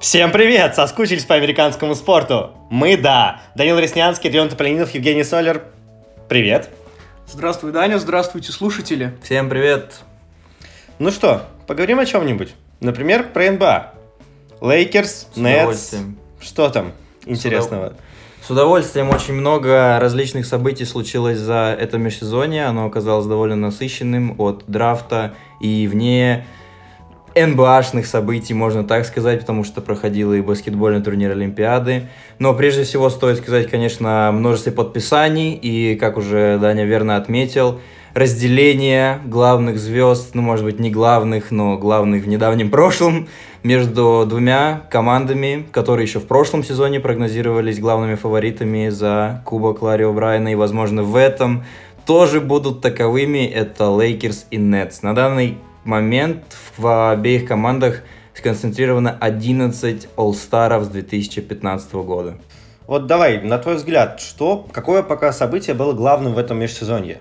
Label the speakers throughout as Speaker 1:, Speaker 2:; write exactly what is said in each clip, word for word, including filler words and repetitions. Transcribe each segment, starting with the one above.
Speaker 1: Всем привет! Соскучились по американскому спорту? Мы да. Данил Реснянский, Адриан Тополининов, Евгений Солер. Привет.
Speaker 2: Здравствуй, Даня, здравствуйте, слушатели.
Speaker 3: Всем привет.
Speaker 1: Ну что, поговорим о чем-нибудь? Например, про эн би эй. Лейкерс, Нетс. Что там интересного?
Speaker 3: С удовольствием. Очень много различных событий случилось за это межсезонье. Оно оказалось довольно насыщенным от драфта и вне эн би эй-шных событий, можно так сказать, потому что проходил и баскетбольный турнир Олимпиады. Но прежде всего стоит сказать, конечно, о множестве подписаний и, как уже Даня верно отметил, разделение главных звезд, ну, может быть, не главных, но главных в недавнем прошлом, между двумя командами, которые еще в прошлом сезоне прогнозировались главными фаворитами за кубок Ларри О'Брайена, и, возможно, в этом тоже будут таковыми. Это Лейкерс и Нетс. На данный момент в обеих командах сконцентрировано одиннадцать олл-старов с две тысячи пятнадцатого года.
Speaker 1: Вот давай, на твой взгляд, что, какое пока событие было главным в этом межсезонье?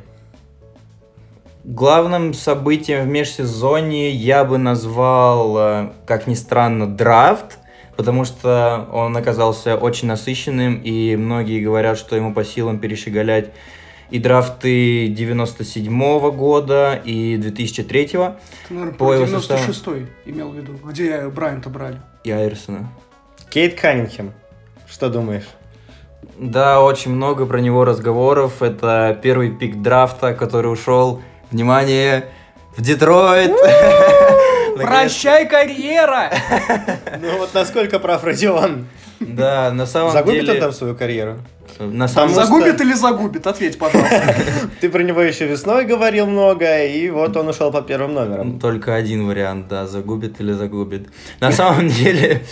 Speaker 3: Главным событием в межсезонье я бы назвал, как ни странно, драфт, потому что он оказался очень насыщенным, и многие говорят, что ему по силам перещеголять и драфты девяносто седьмого года, и две тысячи третьего.
Speaker 2: Ты, наверное, по девяносто шестой имел в виду, где Брайанта брали.
Speaker 3: И Айверсона.
Speaker 1: Кейт Каннингем. Что думаешь?
Speaker 3: Да, очень много про него разговоров. Это первый пик драфта, который ушел, внимание, в Детройт.
Speaker 2: Прощай, карьера!
Speaker 1: Ну вот насколько прав Родион.
Speaker 3: Да, на самом
Speaker 1: Загубит
Speaker 3: деле...
Speaker 1: он там свою карьеру?
Speaker 3: На самом...
Speaker 2: Загубит что... или загубит? Ответь, пожалуйста.
Speaker 1: Ты про него еще весной говорил много, и вот он ушел под первым номером.
Speaker 3: Только один вариант, да, загубит или загубит. На самом деле,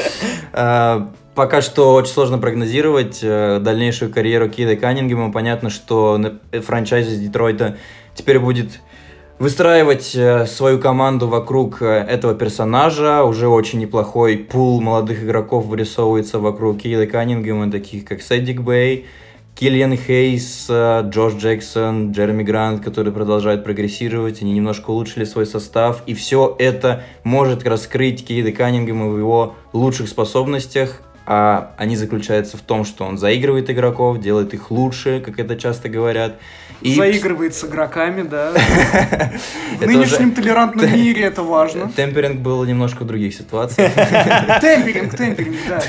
Speaker 3: пока что очень сложно прогнозировать дальнейшую карьеру Кейда Каннингема. Понятно, что франчайз из Детройта теперь будет выстраивать свою команду вокруг этого персонажа. Уже очень неплохой пул молодых игроков вырисовывается вокруг Кейда Каннингема, таких как Сэддик Бэй, Киллиан Хейс, Джош Джексон, Джереми Грант, которые продолжают прогрессировать. Они немножко улучшили свой состав. И все это может раскрыть Кейда Каннингема в его лучших способностях. А они заключаются в том, что он заигрывает игроков, делает их лучше, как это часто говорят.
Speaker 2: И... Заигрывает с игроками, да. В нынешнем толерантном мире это важно.
Speaker 3: Темперинг был немножко в других ситуациях.
Speaker 2: Темперинг, темперинг, да.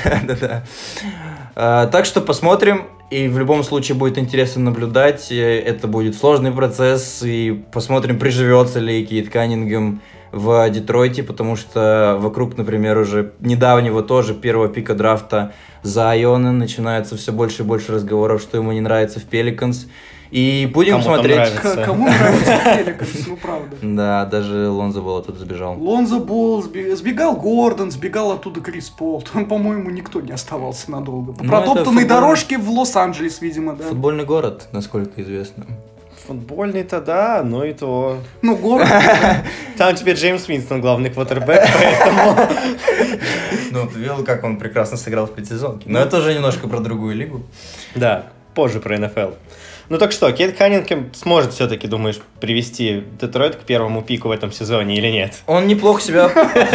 Speaker 3: Да-да. Так что посмотрим. И в любом случае будет интересно наблюдать. Это будет сложный процесс. И посмотрим, приживется ли Кейт Каннингем в Детройте, потому что вокруг, например, уже недавнего тоже первого пика драфта Зайона начинается все больше и больше разговоров, что ему не нравится в Пеликанс. И будем
Speaker 1: Кому
Speaker 3: смотреть...
Speaker 1: Нравится.
Speaker 2: Кому нравится Пеликанс, ну правда.
Speaker 3: Да, даже Лонзо Болл оттуда сбежал.
Speaker 2: Лонзо Болл, сбегал Гордон, сбегал оттуда Крис Пол. Там, по-моему, никто не оставался надолго. По ну, протоптанной футбол... дорожке в Лос-Анджелес, видимо, да.
Speaker 3: Футбольный город, насколько известно.
Speaker 1: Футбольный-то да, но и то.
Speaker 2: Ну, город.
Speaker 1: Там теперь Джеймс Уинстон главный квотербэк, поэтому...
Speaker 3: Ну, ты видел, как он прекрасно сыграл в предсезонке. Но это уже немножко про другую лигу.
Speaker 1: Да, позже про эн эф эл. Ну так что, Кейт Каннингем сможет все-таки, думаешь, привести Детройт к первому пику в этом сезоне или нет?
Speaker 3: Он неплохо себя...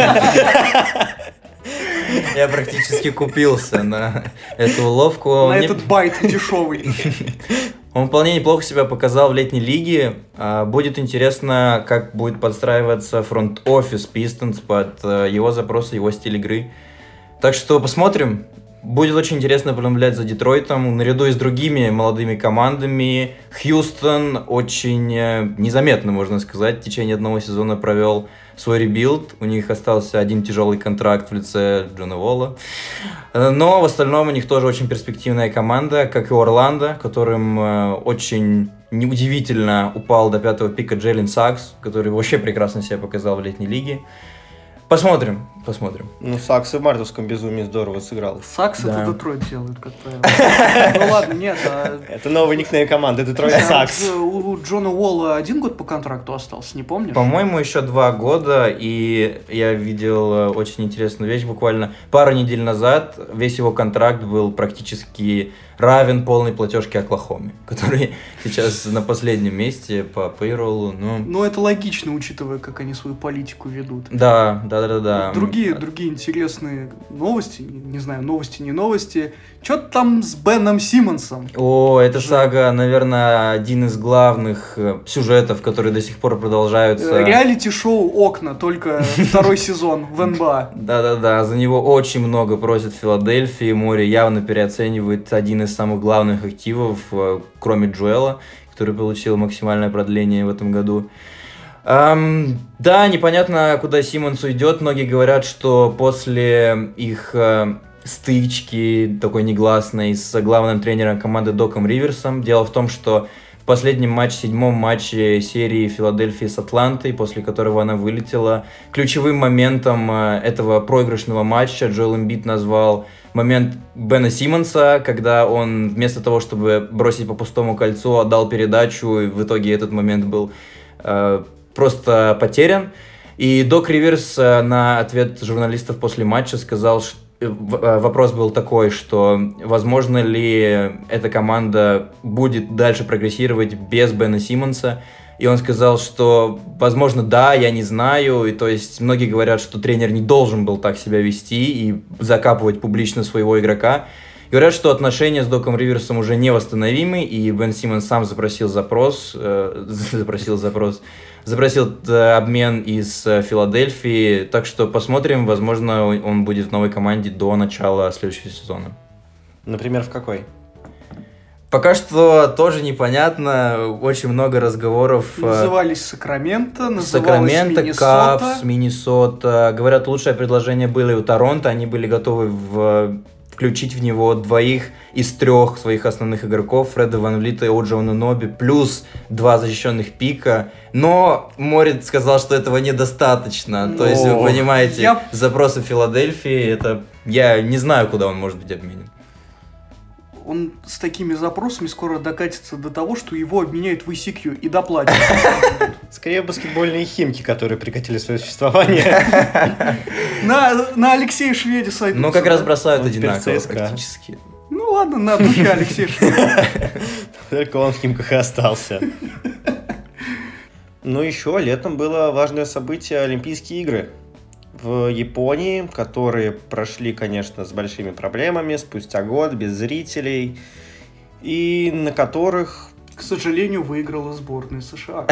Speaker 3: Я практически купился на эту уловку.
Speaker 2: На этот байт дешевый.
Speaker 3: Он вполне неплохо себя показал в летней лиге. Будет интересно, как будет подстраиваться фронт-офис Пистонс под его запросы, его стиль игры. Так что посмотрим. Будет очень интересно наблюдать за Детройтом, наряду и с другими молодыми командами. Хьюстон очень незаметно, можно сказать, в течение одного сезона провел свой ребилд. У них остался один тяжелый контракт в лице Джона Уолла. Но в остальном у них тоже очень перспективная команда, как и Орландо, которым очень неудивительно упал до пятого пика Джейлен Сакс, который вообще прекрасно себя показал в летней лиге. Посмотрим, посмотрим.
Speaker 1: Ну, Сакс и в мартовском безумии здорово сыграл.
Speaker 2: Сакс
Speaker 3: да.
Speaker 2: Это Детройт делают, как правило. Ну ладно, нет. А...
Speaker 1: Это новый никнейм команды, Детройт Сакс.
Speaker 2: У Джона Уолла один год по контракту остался, не помнишь?
Speaker 3: По-моему, еще два года, и я видел очень интересную вещь буквально пару недель назад. Весь его контракт был практически равен полной платежке Оклахоме, который сейчас на последнем месте по пейроллу. Но...
Speaker 2: ну, это логично, учитывая, как они свою политику ведут.
Speaker 3: Да, да, да, да.
Speaker 2: Другие, другие интересные новости, не знаю, новости, не новости. Что-то там с Беном Симмонсом.
Speaker 3: О, эта сага, наверное, один из главных сюжетов, которые до сих пор продолжаются.
Speaker 2: Реалити-шоу «Окна», только второй сезон в эн бэ а.
Speaker 3: Да-да-да, за него очень много просят в Филадельфии. Море явно переоценивает один из самых главных активов, кроме Джоэла, который получил максимальное продление в этом году. Um, да, непонятно, куда Симмонс уйдет. Многие говорят, что после их uh, стычки такой негласной с главным тренером команды Доком Риверсом. Дело в том, что в последнем матче, седьмом матче серии Филадельфии с Атлантой, после которого она вылетела, ключевым моментом uh, этого проигрышного матча Джоэл Эмбит назвал момент Бена Симмонса, когда он вместо того, чтобы бросить по пустому кольцу, отдал передачу, и в итоге этот момент был uh, просто потерян. И Док Риверс на ответ журналистов после матча сказал, что вопрос был такой, что возможно ли эта команда будет дальше прогрессировать без Бена Симмонса. И он сказал, что возможно, да, я не знаю. И то есть многие говорят, что тренер не должен был так себя вести и закапывать публично своего игрока. Говорят, что отношения с Доком Риверсом уже невосстановимы, и Бен Симмонс сам запросил запрос, э, запросил запрос, запросил обмен из Филадельфии, так что посмотрим, возможно, он будет в новой команде до начала следующего сезона.
Speaker 1: Например, в какой?
Speaker 3: Пока что тоже непонятно, очень много разговоров.
Speaker 2: Назывались Сакраменто, называлось
Speaker 3: Сакраменто,
Speaker 2: Миннесота.
Speaker 3: Кавс, Миннесота. Говорят, лучшее предложение было и у Торонто, они были готовы в... включить в него двоих из трех своих основных игроков, Фреда VanVleet и Оджи Ануноби, плюс два защищенных пика. Но Морит сказал, что этого недостаточно. То есть, вы понимаете, я... запросы Филадельфии, это... Я не знаю, куда он может быть обменен.
Speaker 2: Он с такими запросами скоро докатится до того, что его обменяют в и си кью и доплатят.
Speaker 1: Скорее баскетбольные химки, которые прекратили свое существование.
Speaker 2: На Алексея Шведе сойдутся.
Speaker 3: Ну, как раз бросают одинаково практически.
Speaker 2: Ну ладно, на духе Алексея Шведа.
Speaker 1: Только он в химках и остался. Ну, еще летом было важное событие — Олимпийские игры в Японии, которые прошли, конечно, с большими проблемами, спустя год, без зрителей, и на которых,
Speaker 2: к сожалению, выиграла сборная США.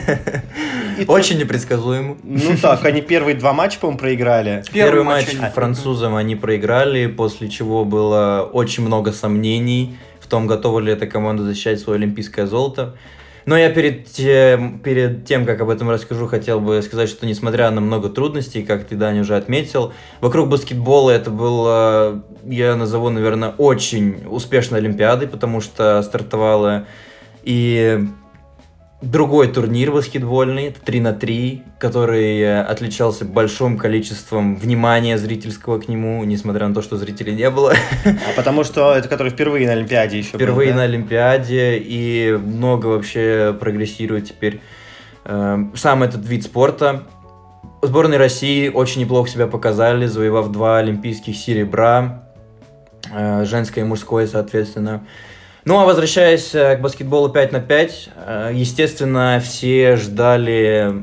Speaker 3: Очень непредсказуемо.
Speaker 1: Ну так, они первые два матча, по-моему, проиграли.
Speaker 3: Первый матч французам они проиграли, после чего было очень много сомнений в том, готова ли эта команда защищать свое олимпийское золото. Но я перед тем, перед тем, как об этом расскажу, хотел бы сказать, что несмотря на много трудностей, как ты, Даня, уже отметил, вокруг баскетбола это было, я назову, наверное, очень успешной Олимпиадой, потому что стартовала и другой турнир баскетбольный, это три на три, который отличался большим количеством внимания зрительского к нему, несмотря на то, что зрителей не было.
Speaker 1: А потому что это который впервые на Олимпиаде еще
Speaker 3: Впервые
Speaker 1: был, да?
Speaker 3: на Олимпиаде, и много вообще прогрессирует теперь э, сам этот вид спорта. Сборные России очень неплохо себя показали, завоевав два олимпийских серебра, э, женское и мужское, соответственно. Ну, а возвращаясь к баскетболу пять на пять, естественно, все ждали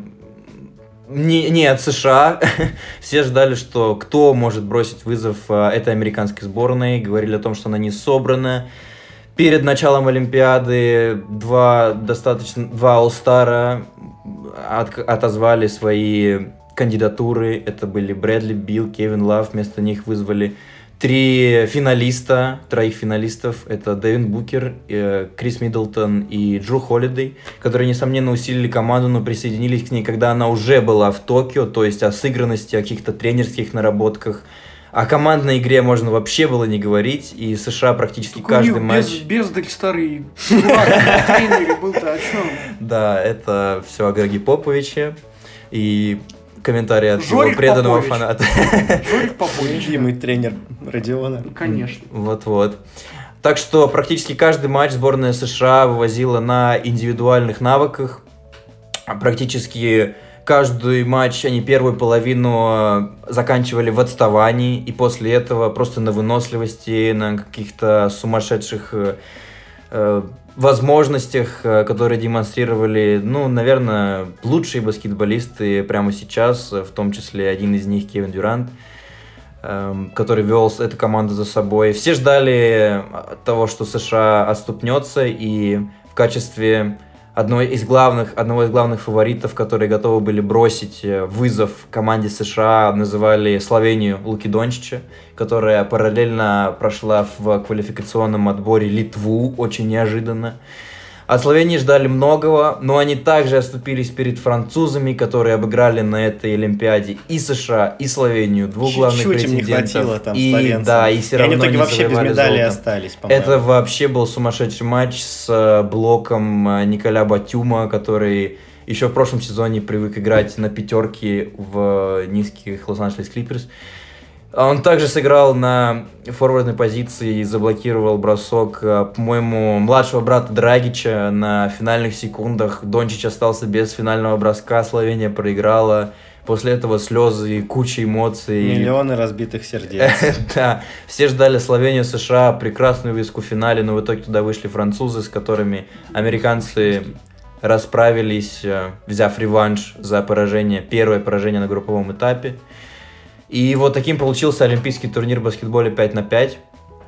Speaker 3: не, не от США, все ждали, что кто может бросить вызов этой американской сборной, говорили о том, что она не собрана. Перед началом Олимпиады два достаточно два All-Stara от, отозвали свои кандидатуры, это были Брэдли Билл, Кевин Лав, вместо них вызвали три финалиста, троих финалистов, это Дэвин Букер, э, Крис Миддлтон и Джру Холидей, которые, несомненно, усилили команду, но присоединились к ней, когда она уже была в Токио, то есть о сыгранности, о каких-то тренерских наработках. О командной игре можно вообще было не говорить, и США практически так каждый матч...
Speaker 2: Без, без старый тренер был-то о чем?
Speaker 3: Да, это все о Греге Поповиче, и... комментарий от
Speaker 2: Жорик
Speaker 3: его преданного
Speaker 2: Попович.
Speaker 3: фаната.
Speaker 2: Жорик Попович.
Speaker 1: Любимый тренер Родиона.
Speaker 2: Конечно.
Speaker 3: Вот-вот. Так что практически каждый матч сборная США вывозила на индивидуальных навыках. Практически каждый матч они первую половину заканчивали в отставании, и после этого просто на выносливости, на каких-то сумасшедших э, возможностях, которые демонстрировали, ну, наверное, лучшие баскетболисты прямо сейчас, в том числе один из них Кевин Дюрант, э, который вел эту команду за собой. Все ждали того, что США отступнется, и в качестве одной из главных, одного из главных фаворитов, которые готовы были бросить вызов команде США, называли Словению Луки Дончича, которая параллельно прошла в квалификационном отборе Литву, очень неожиданно. От Словении ждали многого, но они также оступились перед французами, которые обыграли на этой Олимпиаде и США, и Словению, двух главных
Speaker 1: Чуть-чуть
Speaker 3: претендентов.
Speaker 1: им не хватило там
Speaker 3: и,
Speaker 1: словенцам.
Speaker 3: да, и все
Speaker 1: и
Speaker 3: равно
Speaker 1: они в итоге
Speaker 3: не
Speaker 1: вообще без медали
Speaker 3: золото.
Speaker 1: остались, по-моему.
Speaker 3: Это вообще был сумасшедший матч с блоком Николя Батюма, который еще в прошлом сезоне привык играть на пятерке в низких Лос-Анджелес Клиперс. Он также сыграл на форвардной позиции и заблокировал бросок, по-моему, младшего брата Драгича на финальных секундах. Дончич остался без финального броска, Словения проиграла. После этого слезы, куча эмоций.
Speaker 1: Миллионы разбитых сердец.
Speaker 3: Да, все ждали Словению, США, прекрасную выску в финале, но в итоге туда вышли французы, с которыми американцы расправились, взяв реванш за поражение, первое поражение на групповом этапе. И вот таким получился олимпийский турнир в баскетболе пять на пять.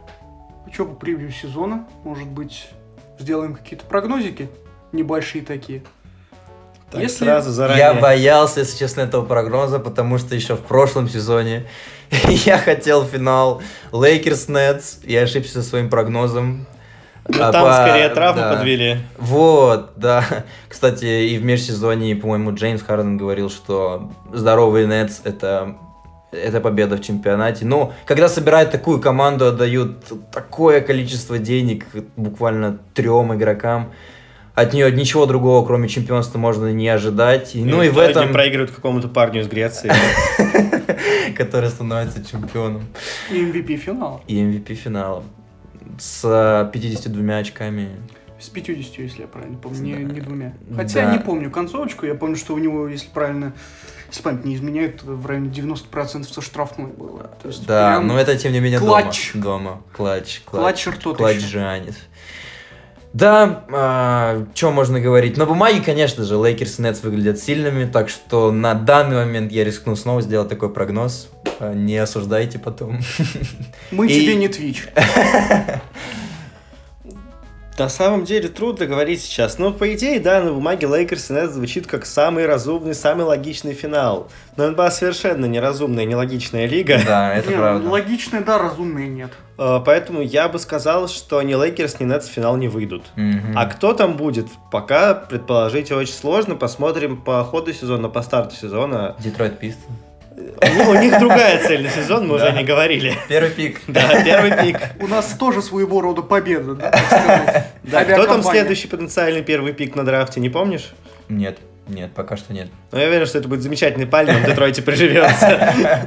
Speaker 2: Ну что, по превью сезона, может быть, сделаем какие-то прогнозики? Небольшие такие.
Speaker 1: Так,
Speaker 2: Если...
Speaker 1: сразу заранее.
Speaker 3: Я боялся, если честно, этого прогноза, потому что еще в прошлом сезоне я хотел финал Lakers-Nets, я ошибся со своим прогнозом.
Speaker 1: Ну,
Speaker 3: А
Speaker 1: там
Speaker 3: по...
Speaker 1: скорее травму
Speaker 3: да.
Speaker 1: подвели.
Speaker 3: Вот, да. Кстати, и в межсезонье, по-моему, Джеймс Харден говорил, что здоровый Нетс — это... это победа в чемпионате. Но когда собирают такую команду, отдают такое количество денег буквально трем игрокам, от нее ничего другого, кроме чемпионства, можно не ожидать. И, ну и в этом...
Speaker 1: проигрывают какому-то парню из Греции.
Speaker 3: который становится чемпионом.
Speaker 2: И эм ви пи финала.
Speaker 3: И эм ви пи финала. С пятьюдесятью двумя очками.
Speaker 2: С пятьюдесятью, если я правильно помню, не,
Speaker 3: Да.
Speaker 2: не двумя. Хотя
Speaker 3: Да.
Speaker 2: не помню концовочку, я помню, что у него, если правильно, если память не изменяет, в районе девяносто процентов со штрафной было. То есть
Speaker 3: Да,
Speaker 2: прям
Speaker 3: но это тем не менее
Speaker 2: клатч.
Speaker 3: дома. Дома. Клатч.
Speaker 2: клатчер тот
Speaker 3: Клатч
Speaker 2: еще.
Speaker 3: Жанис. Да, а, что можно говорить? На бумаге, конечно же, Lakers и Nets выглядят сильными, так что на данный момент я рискну снова сделать такой прогноз. А, Не осуждайте потом.
Speaker 2: Мы
Speaker 3: И-
Speaker 2: тебе не Twitch.
Speaker 1: На самом деле трудно говорить сейчас. Но по идее, да, на бумаге Lakers и Nets звучит как самый разумный, самый логичный финал. Но эн би эй совершенно неразумная, нелогичная лига.
Speaker 3: Да, это
Speaker 2: Не,
Speaker 3: правда.
Speaker 2: логичные, да, разумные нет.
Speaker 1: Э, Поэтому я бы сказал, что ни Lakers, ни Nets в финал не выйдут.
Speaker 3: Мгм.
Speaker 1: А кто там будет, пока предположить очень сложно. Посмотрим по ходу сезона, по старту сезона.
Speaker 3: Детройт Пистон.
Speaker 1: У них другая цель на сезон, мы уже
Speaker 3: Да.
Speaker 1: не говорили.
Speaker 3: Первый пик.
Speaker 1: Да, первый пик.
Speaker 2: У нас тоже своего рода победа, да, так сказать.
Speaker 1: Да, кто там
Speaker 2: Авиакомпания.
Speaker 1: следующий потенциальный первый пик на драфте, не помнишь?
Speaker 3: Нет, нет, пока что нет.
Speaker 1: Но я уверен, что это будет замечательный парень, он в Детройте приживется.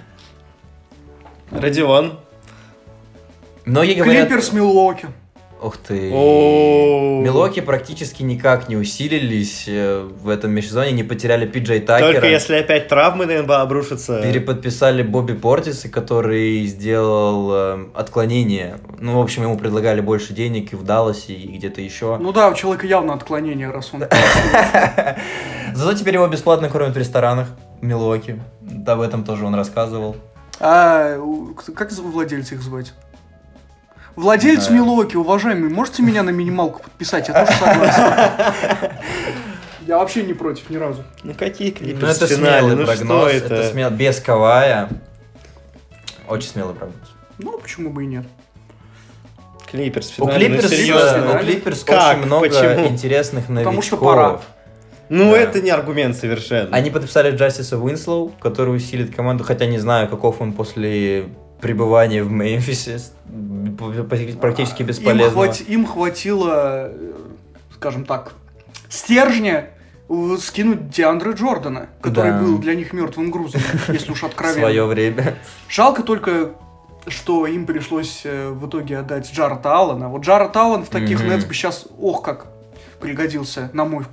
Speaker 1: Родион.
Speaker 3: Многие говорят...
Speaker 2: Клиперс Милуоки.
Speaker 3: Ух ты.
Speaker 1: О.
Speaker 3: Милоки практически никак не усилились э, в этом межсезонье, не потеряли Пи-Джей Такера.
Speaker 1: Только если опять травмы на эн би эй обрушатся.
Speaker 3: Переподписали Бобби Портиса, который сделал э, отклонение. Ну, в общем, ему предлагали больше денег и в Далласе, и где-то еще.
Speaker 2: Ну да, у человека явно отклонение, раз он...
Speaker 3: Зато теперь его бесплатно кормят в ресторанах в Милуоки. Да, об этом тоже он рассказывал.
Speaker 2: А у- как владельца их звать? Владелец
Speaker 3: Да.
Speaker 2: Милуоки, уважаемый, можете меня на минималку подписать? Я тоже согласен. Я вообще не против ни разу.
Speaker 1: Ну какие
Speaker 3: Ну,
Speaker 1: клиперс
Speaker 3: это
Speaker 1: в финале?
Speaker 3: смелый
Speaker 1: Ну
Speaker 3: прогноз,
Speaker 1: что
Speaker 3: это,
Speaker 1: это?
Speaker 3: смело, без Кавая. Очень смелый прогноз.
Speaker 2: Ну, почему бы и нет?
Speaker 1: Клиперс в
Speaker 3: У
Speaker 1: финале, ну
Speaker 3: Клиперс,
Speaker 1: серьезно.
Speaker 3: у Клиперс
Speaker 1: Как?
Speaker 3: очень много
Speaker 1: Почему?
Speaker 3: интересных новичков.
Speaker 2: Потому что пора.
Speaker 1: Ну
Speaker 3: Да.
Speaker 1: это не аргумент совершенно.
Speaker 3: Они подписали Джастиса Уинслоу, который усилит команду, хотя не знаю, каков он после пребывания в Мемфисе, практически
Speaker 2: Им,
Speaker 3: бесполезно.
Speaker 2: хвати- им хватило, э, скажем так, стержня э, скинуть Диандре Джордана, который
Speaker 3: Да.
Speaker 2: был для них мертвым грузом, если уж
Speaker 3: В
Speaker 2: откровенно.
Speaker 3: свое время.
Speaker 2: Жалко только, что им пришлось э, в итоге отдать Джарета Аллена. Вот Джарет Аллен в таких
Speaker 3: Мгм.
Speaker 2: Нетс бы сейчас, ох, как пригодился, на мой вкус.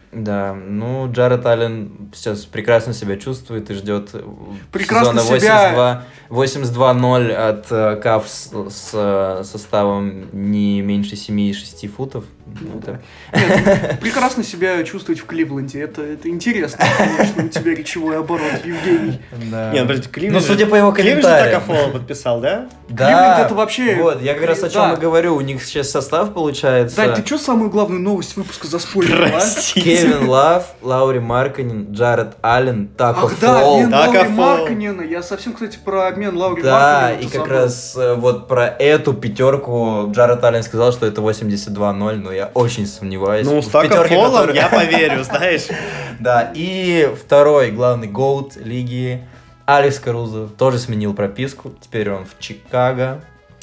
Speaker 3: Да, ну, Джаред Аллен сейчас прекрасно себя чувствует и ждет
Speaker 2: прекрасно
Speaker 3: сезона
Speaker 2: себя...
Speaker 3: восемьдесят два ноль от э, Кавс с э, составом не меньше семь-шесть футов.
Speaker 2: Ну, это... Нет, прекрасно себя чувствовать в Кливленде. Это, это интересно, конечно, у тебя речевой оборот, Евгений.
Speaker 1: Да. Нет, подожди, Кливленд...
Speaker 3: Ну, судя по его комментариям.
Speaker 1: Кливленд же Такофола подписал, да?
Speaker 3: Да.
Speaker 2: Кливленд это вообще...
Speaker 3: Вот, я как раз о чем
Speaker 2: да.
Speaker 3: и говорю. У них сейчас состав получается...
Speaker 2: Дань, ты что самую главную новость выпуска заспойлерил, а?
Speaker 3: Кевин Лав, Лаури Маркканен, Джаред Аллен, Тако
Speaker 2: Ах, да,
Speaker 3: Фолл.
Speaker 2: обмен
Speaker 1: Тако
Speaker 2: Лаури
Speaker 1: Фолл.
Speaker 2: Маркканена. Я совсем, кстати, про обмен Лаури
Speaker 3: Да,
Speaker 2: Маркканена
Speaker 3: и как
Speaker 2: забыл.
Speaker 3: раз э, вот про эту пятерку Джаред Аллен сказал, что это восемьдесят два ноль, но я очень сомневаюсь.
Speaker 1: Ну, с
Speaker 3: В
Speaker 1: Тако
Speaker 3: пятерке,
Speaker 1: Фоллом
Speaker 3: которые-
Speaker 1: я поверю, знаешь.
Speaker 3: Да, и второй главный гоут лиги Алекс Карузо тоже сменил прописку, теперь он в Чикаго.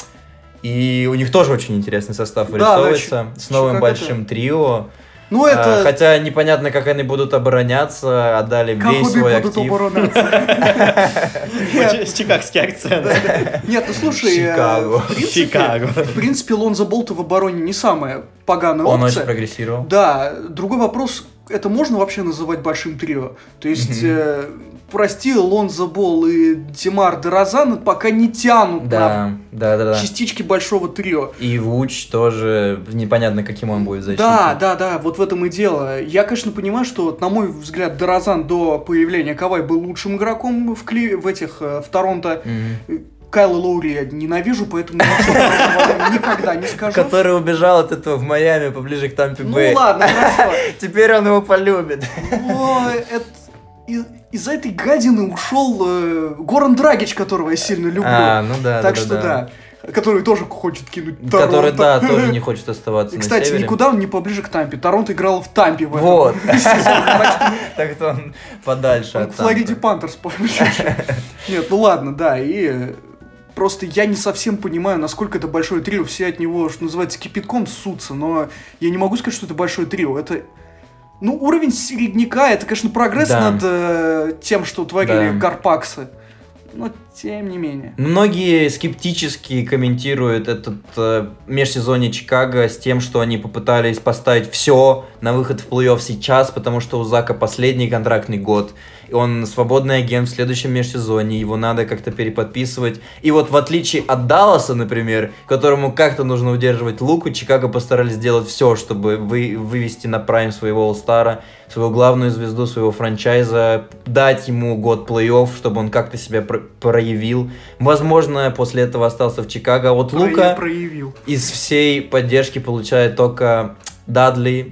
Speaker 3: И у них тоже очень интересный состав
Speaker 2: Да,
Speaker 3: вырисовывается,
Speaker 2: да,
Speaker 3: с новым
Speaker 2: Чикаго,
Speaker 3: большим трио.
Speaker 2: Ну, это...
Speaker 3: А, хотя непонятно, как они будут обороняться, отдали
Speaker 2: Как
Speaker 3: весь
Speaker 2: обе
Speaker 3: свой
Speaker 2: будут
Speaker 3: актив.
Speaker 2: обороняться? Нет,
Speaker 1: С чикагский акцент.
Speaker 2: Нет, ну слушай, э,
Speaker 3: Чикаго.
Speaker 2: в принципе,
Speaker 1: Чикаго.
Speaker 2: в принципе, Лонзо Болта в обороне не самая поганая
Speaker 3: Он очень
Speaker 2: опция.
Speaker 3: прогрессировал.
Speaker 2: Да, другой вопрос, это можно вообще называть большим трио? То есть, э, прости, Лонзо Болл и Демар Дерозан пока не тянут
Speaker 3: Да, да, да,
Speaker 2: на
Speaker 3: да.
Speaker 2: частички большого трио.
Speaker 3: И Вуч тоже непонятно, каким он будет защитник.
Speaker 2: Да, да, да, вот в этом и дело. Я, конечно, понимаю, что, на мой взгляд, Дерозан до появления Кавай был лучшим игроком в, Кли... в этих, э, в Торонто.
Speaker 3: Мгм.
Speaker 2: Кайла Лоури я ненавижу, поэтому ничего хорошего никогда не скажу.
Speaker 3: Который убежал от этого в Майами поближе к Тампе
Speaker 2: Ну
Speaker 3: Бэй.
Speaker 2: ладно, хорошо.
Speaker 3: Теперь он его полюбит.
Speaker 2: Но это... и- Из-за этой гадины ушел э, Горан Драгич, которого я сильно люблю.
Speaker 3: А, ну да,
Speaker 2: так
Speaker 3: да,
Speaker 2: что
Speaker 3: да.
Speaker 2: да. Который тоже хочет кинуть
Speaker 3: Который,
Speaker 2: Торонто.
Speaker 3: да, тоже не хочет оставаться
Speaker 2: И,
Speaker 3: на
Speaker 2: кстати,
Speaker 3: севере.
Speaker 2: никуда он не поближе к Тампе. Торонто играл в Тампе в этом
Speaker 3: Вот.
Speaker 2: сезоне.
Speaker 3: Так что он подальше
Speaker 2: Он
Speaker 3: от
Speaker 2: к Флориде
Speaker 3: Тампы.
Speaker 2: Пантерс поближе. Нет, ну ладно, да, и... э, Просто я не совсем понимаю, насколько это большое трио. Все от него, что называется, кипятком ссутся, но я не могу сказать, что это большое трио. Это, ну, уровень середняка, это, конечно, прогресс
Speaker 3: Да.
Speaker 2: над э, тем, что творили
Speaker 3: Да.
Speaker 2: Гарпаксы. Но тем не менее.
Speaker 3: Многие скептически комментируют этот э, межсезонье Чикаго с тем, что они попытались поставить все на выход в плей-офф сейчас, потому что у Зака последний контрактный год, и он свободный агент в следующем межсезонье, его надо как-то переподписывать. И вот в отличие от Далласа, например, которому как-то нужно удерживать Луку, Чикаго постарались сделать все, чтобы вы, вывести на прайм своего All-Стара, свою главную звезду, своего франчайза, дать ему год плей-офф, чтобы он как-то себя про- проявил. Возможно, после этого остался в Чикаго. А вот
Speaker 2: Про-
Speaker 3: Лука
Speaker 2: проявил.
Speaker 3: из всей поддержки получает только Дадли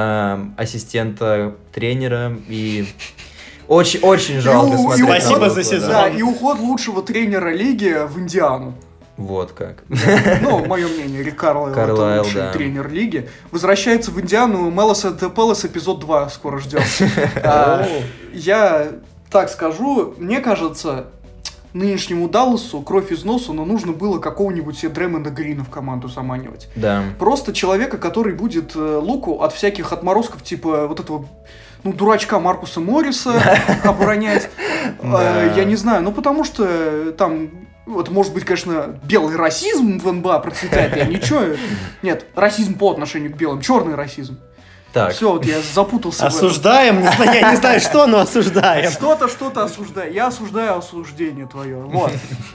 Speaker 3: на ассистента тренера. И очень-очень жалко
Speaker 2: И у- и
Speaker 3: смотреть на
Speaker 1: Спасибо
Speaker 3: Луку,
Speaker 1: за сезон.
Speaker 2: Да, и уход лучшего тренера лиги в Индиану.
Speaker 3: Вот как.
Speaker 2: Ну, мое мнение, Рик Карлайл,
Speaker 3: Карлайл,
Speaker 2: это лучший
Speaker 3: да.
Speaker 2: тренер лиги. Возвращается в Индиану, Мелос энд Пэлас эпизод два скоро ждем. А, Я так скажу, мне кажется, нынешнему Далласу кровь из носу, но нужно было какого-нибудь себе Дреймонда Грина в команду заманивать.
Speaker 3: Да.
Speaker 2: Просто человека, который будет э, Луку от всяких отморозков, типа вот этого, ну, дурачка Маркуса Морриса оборонять.
Speaker 3: Да.
Speaker 2: Э, Я не знаю, ну, потому что э, там, вот, может быть, конечно, белый расизм в эн бэ а процветает, я ничего. Нет, расизм по отношению к белым, черный расизм.
Speaker 3: Так.
Speaker 2: Все, вот я запутался в этом.
Speaker 1: Осуждаем, не знаю, я не знаю что, но осуждаем.
Speaker 2: Что-то, что-то осуждаю. Я осуждаю осуждение твое. Вот.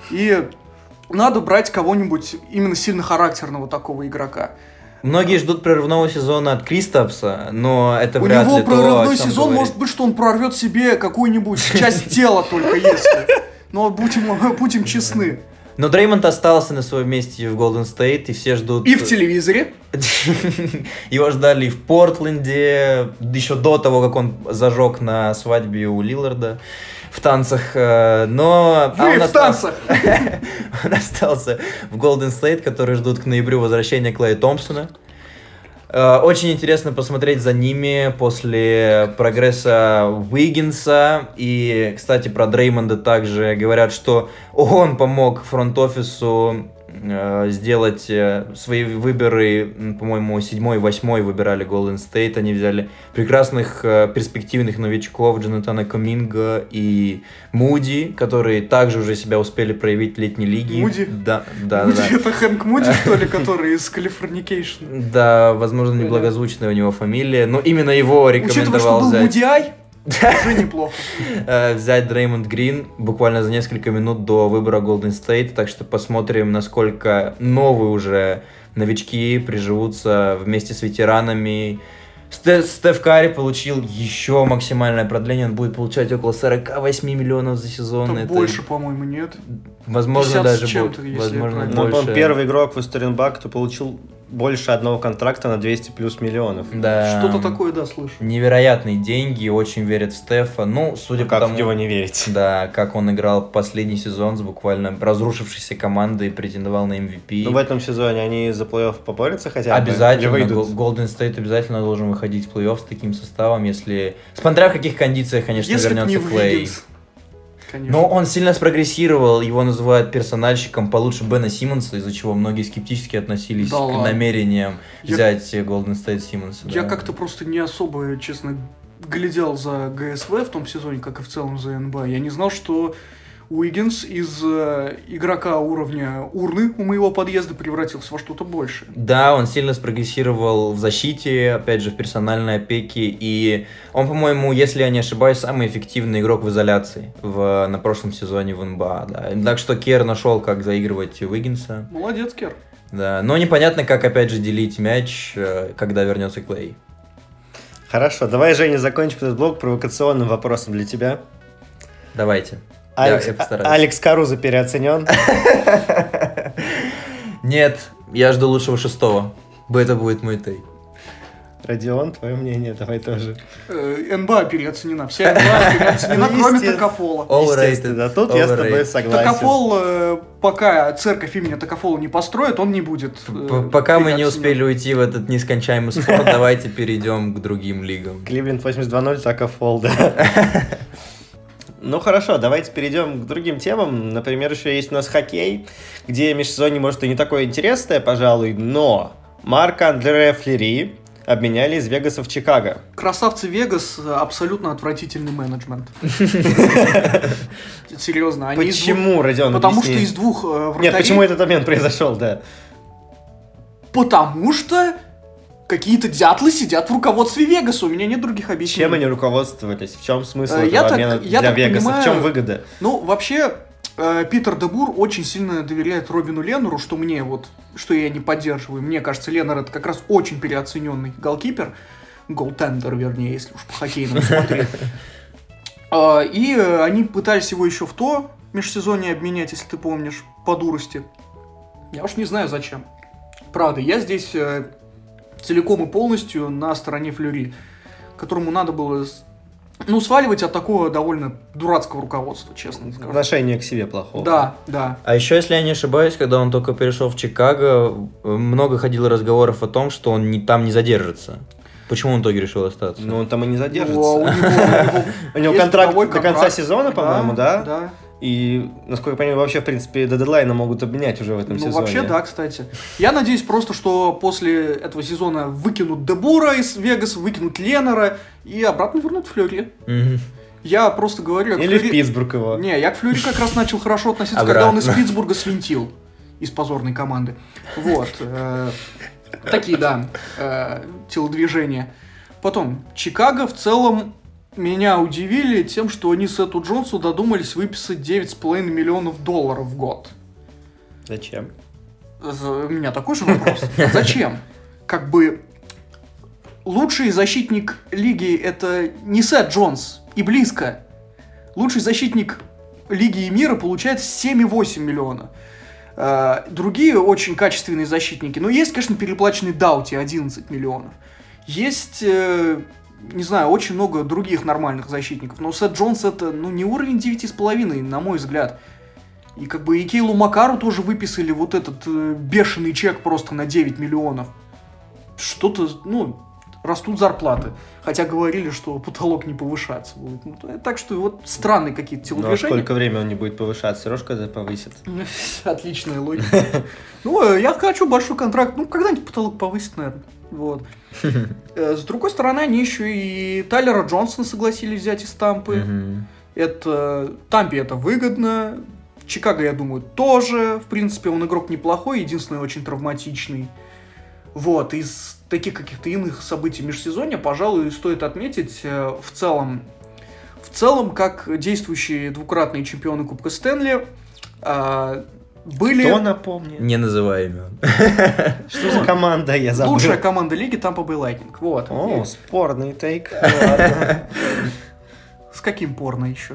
Speaker 2: И надо брать кого-нибудь именно сильно характерного такого игрока.
Speaker 3: Многие ждут прорывного сезона от Кристапса, но это
Speaker 2: У
Speaker 3: вряд
Speaker 2: него
Speaker 3: ли то, о
Speaker 2: прорывной
Speaker 3: чем
Speaker 2: сезон,
Speaker 3: говорит.
Speaker 2: может быть, что он прорвет себе какую-нибудь часть тела только если. Но будем, будем честны.
Speaker 3: Но Дреймонд остался на своем месте в Голден Стейт, и все ждут...
Speaker 2: И в телевизоре.
Speaker 3: Его ждали в Портленде, еще до того, как он зажег на свадьбе у Лилларда в танцах, э, но... а
Speaker 2: Вы
Speaker 3: он
Speaker 2: в
Speaker 3: остался-
Speaker 2: танцах.
Speaker 3: Он остался в Голден Стейт, который ждут к ноябрю возвращения Клея Томпсона. Э, Очень интересно посмотреть за ними после прогресса Уиггинса. И, кстати, про Дреймонда также говорят, что он помог фронт-офису э, сделать э, свои выборы, по-моему, седьмой, восьмой выбирали Golden State, они взяли прекрасных э, перспективных новичков Джонатана Куминга и Муди, которые также уже себя успели проявить в летней лиге.
Speaker 2: Муди?
Speaker 3: Да, да,
Speaker 2: Муди
Speaker 3: да.
Speaker 2: это Хэнк Муди, что ли, который из Калифорникейшн?
Speaker 3: Да, возможно, неблагозвучная у него фамилия, но именно его рекомендовал
Speaker 2: взять. Учитывая, что был
Speaker 3: взять.
Speaker 2: Муди-Ай, уже неплохо.
Speaker 3: Взять Дреймонд Грин буквально за несколько минут до выбора Golden State, так что посмотрим, насколько новые уже новички приживутся вместе с ветеранами. Стеф, Стеф Карри получил еще максимальное продление, он будет получать около сорок восемь миллионов за сезон.
Speaker 2: Это, это больше, по-моему, нет.
Speaker 3: Возможно, даже будет. Возможно,
Speaker 1: ну, он первый игрок в истории эн би эй, кто получил больше одного контракта на двести плюс миллионов.
Speaker 3: Да.
Speaker 2: Что-то такое, да, слышу.
Speaker 3: Невероятные деньги, очень верят в Стефа. Ну, судя
Speaker 1: ну,
Speaker 3: по
Speaker 1: как
Speaker 3: тому...
Speaker 1: в него не верить?
Speaker 3: Да, как он играл последний сезон с буквально разрушившейся командой и претендовал на эм ви пи.
Speaker 1: Ну, в этом сезоне они за плей-офф поборются хотя бы?
Speaker 3: Обязательно. Golden State обязательно должен выходить в плей-офф с таким составом, если... Смотря в каких кондициях, конечно,
Speaker 2: если
Speaker 3: вернется Клей.
Speaker 2: Конечно.
Speaker 3: Но он сильно спрогрессировал, его называют персональщиком получше Бена Симмонса, из-за чего многие скептически относились
Speaker 2: да
Speaker 3: к
Speaker 2: ладно.
Speaker 3: намерениям
Speaker 2: я...
Speaker 3: взять Golden State Симмонса.
Speaker 2: Я
Speaker 3: да.
Speaker 2: как-то просто не особо, честно, глядел за ГСВ в том сезоне, как и в целом за эн би эй. Я не знал, что Уиггинс из э, игрока уровня урны у моего подъезда превратился во что-то большее.
Speaker 3: Да, он сильно спрогрессировал в защите, опять же, в персональной опеке, и он, по-моему, если я не ошибаюсь, самый эффективный игрок в изоляции в, на прошлом сезоне в эн би эй. Да. Так что Кер нашел, как заигрывать Уиггинса.
Speaker 2: Молодец, Кер.
Speaker 3: Да, но непонятно, как, опять же, делить мяч, когда вернется Клей.
Speaker 1: Хорошо, давай, Женя, закончим этот блок провокационным вопросом для тебя.
Speaker 3: Давайте.
Speaker 1: Алекс,
Speaker 3: я, я
Speaker 1: Алекс Карузо переоценен?
Speaker 3: Нет, я жду лучшего шестого. Это будет мой тейк.
Speaker 1: Родион, твое мнение, давай тоже.
Speaker 2: эн би эй переоценена. Вся эн би эй переоценена, кроме Токофола.
Speaker 1: Естественно, тут я с тобой согласен.
Speaker 2: Токофол, пока церковь имени Токофола не построит, он не будет.
Speaker 3: Пока мы не успели уйти в этот нескончаемый спорт, давайте перейдем к другим лигам.
Speaker 1: Кливленд восемьдесят два ноль, Токофол, да. Ну хорошо, давайте перейдем к другим темам. Например, еще есть у нас хоккей, где межсезонье, может, и не такое интересное, пожалуй, но Марк-Андре Флери обменяли из Вегаса в Чикаго.
Speaker 2: Красавцы Вегас, абсолютно отвратительный менеджмент. Серьезно.
Speaker 1: Почему, Родион,
Speaker 2: Потому что из двух вратарей...
Speaker 1: Нет, почему этот обмен произошел, да?
Speaker 2: Потому что какие-то дятлы сидят в руководстве Вегаса, у меня нет других объяснений.
Speaker 1: Чем они руководствовались? В чем смысл
Speaker 2: я
Speaker 1: этого
Speaker 2: так,
Speaker 1: обмена
Speaker 2: я
Speaker 1: для
Speaker 2: так
Speaker 1: Вегаса?
Speaker 2: Понимаю,
Speaker 1: в чем выгода?
Speaker 2: Ну, вообще, э, Питер де Бур очень сильно доверяет Робину Леннеру, что мне вот, что я не поддерживаю. Мне кажется, Леннер это как раз очень переоцененный голкипер, голтендер, вернее, если уж по хоккейному смотреть. И они пытались его еще в то межсезонье обменять, если ты помнишь, по дурости. Я уж не знаю зачем. Правда, я здесь целиком и полностью на стороне Флюри, которому надо было, ну, сваливать от такого довольно дурацкого руководства, честно скажу.
Speaker 1: Отношение к себе плохого.
Speaker 2: Да, да.
Speaker 3: А еще, если я не ошибаюсь, когда он только перешел в Чикаго, много ходило разговоров о том, что он не, там не задержится. Почему он в итоге решил остаться?
Speaker 1: Ну, он там и не задержится.
Speaker 2: Ну,
Speaker 1: у него контракт до конца сезона, по-моему, да?
Speaker 2: Да.
Speaker 1: И, насколько я понимаю, вообще, в принципе, до дедлайна могут обменять уже в этом сезоне.
Speaker 2: Ну, вообще, да, кстати. Я надеюсь просто, что после этого сезона выкинут де Бура из Вегаса, выкинут Леннера и обратно вернут Флюри.
Speaker 3: Mm-hmm.
Speaker 2: Я просто говорю...
Speaker 1: Или
Speaker 2: Флюри...
Speaker 1: в Питтсбург его.
Speaker 2: Не, я к Флюри как раз начал хорошо относиться, когда он из Питтсбурга свинтил. Из позорной команды. Вот. Такие, да, телодвижения. Потом, Чикаго в целом меня удивили тем, что они Сету Джонсу додумались выписать девять с половиной миллионов долларов в год.
Speaker 1: Зачем?
Speaker 2: У меня такой же вопрос. Зачем? Как бы лучший защитник лиги это не Сет Джонс, и близко. Лучший защитник лиги и мира получает семь и восемь миллиона. Другие очень качественные защитники, но есть, конечно, переплаченный Даути одиннадцать миллионов. Есть... не знаю, очень много других нормальных защитников, но Сет Джонс это, ну, не уровень девять с половиной, на мой взгляд. И как бы и Кейлу Макару тоже выписали вот этот э, бешеный чек просто на девять миллионов. Что-то, ну, растут зарплаты. Хотя говорили, что потолок не повышаться будет. Ну, так что вот странные какие-то телодвижения.
Speaker 1: Ну, а сколько времени он не будет повышаться? Сережка это повысит.
Speaker 2: Отличная логика. Ну, я хочу большой контракт. Ну, когда-нибудь потолок повысит, наверное. Вот. С другой стороны, они еще и Тайлера Джонсона согласились взять из Тампы. Это Тампе это выгодно. Чикаго, я думаю, тоже. В принципе, он игрок неплохой, единственное, очень травматичный. Вот, из таких каких-то иных событий межсезонья, пожалуй, стоит отметить в целом, в целом, как действующие двукратные чемпионы Кубка Стэнли были...
Speaker 1: Кто напомнит?
Speaker 3: Не называй имен.
Speaker 1: Что за команда, я забыл.
Speaker 2: Лучшая команда лиги Tampa Bay Lightning, вот.
Speaker 1: О, спорный тейк.
Speaker 2: С каким порно еще?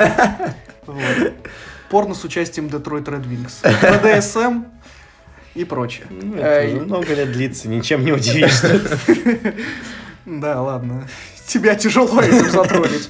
Speaker 2: Порно с участием Detroit Red Wings, би ди эс эм и прочее.
Speaker 1: Ну, это уже много лет длится, ничем не удивишь.
Speaker 2: Да, ладно. Тебя тяжело этим затроллить.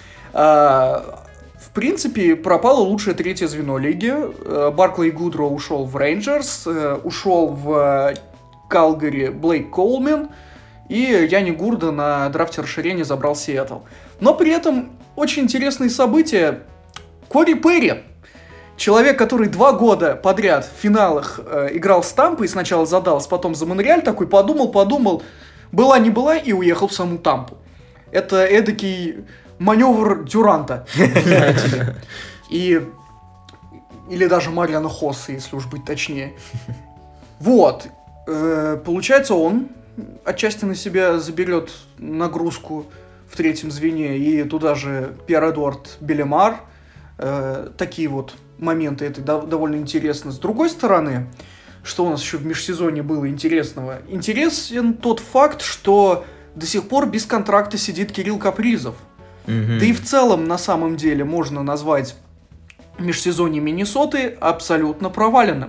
Speaker 2: В принципе, пропало лучшее третье звено лиги. Барклey Гудроу ушел в Рейнджерс, ушел в Калгари Блейк Коулмен, и Яни Гурда на драфте расширения забрал Сиэтл. Но при этом очень интересные события. Кори Перри, человек, который два года подряд в финалах э, играл с Тампой, сначала за Даллас, потом за Монреаль, такой подумал, подумал, была не была, и уехал в саму Тампу. Это эдакий маневр Дюранта, знаете ли. И... Или даже Мариано Хосса, если уж быть точнее. Вот. Э, получается, он отчасти на себя заберет нагрузку в третьем звене, и туда же Пьер-Эдуард Белемар. Э, такие вот моменты, это до- довольно интересно. С другой стороны, что у нас еще в межсезонье было интересного? Интересен тот факт, что до сих пор без контракта сидит Кирилл Капризов. Mm-hmm. Да и в целом, на самом деле, можно назвать межсезонье Миннесоты абсолютно проваленным.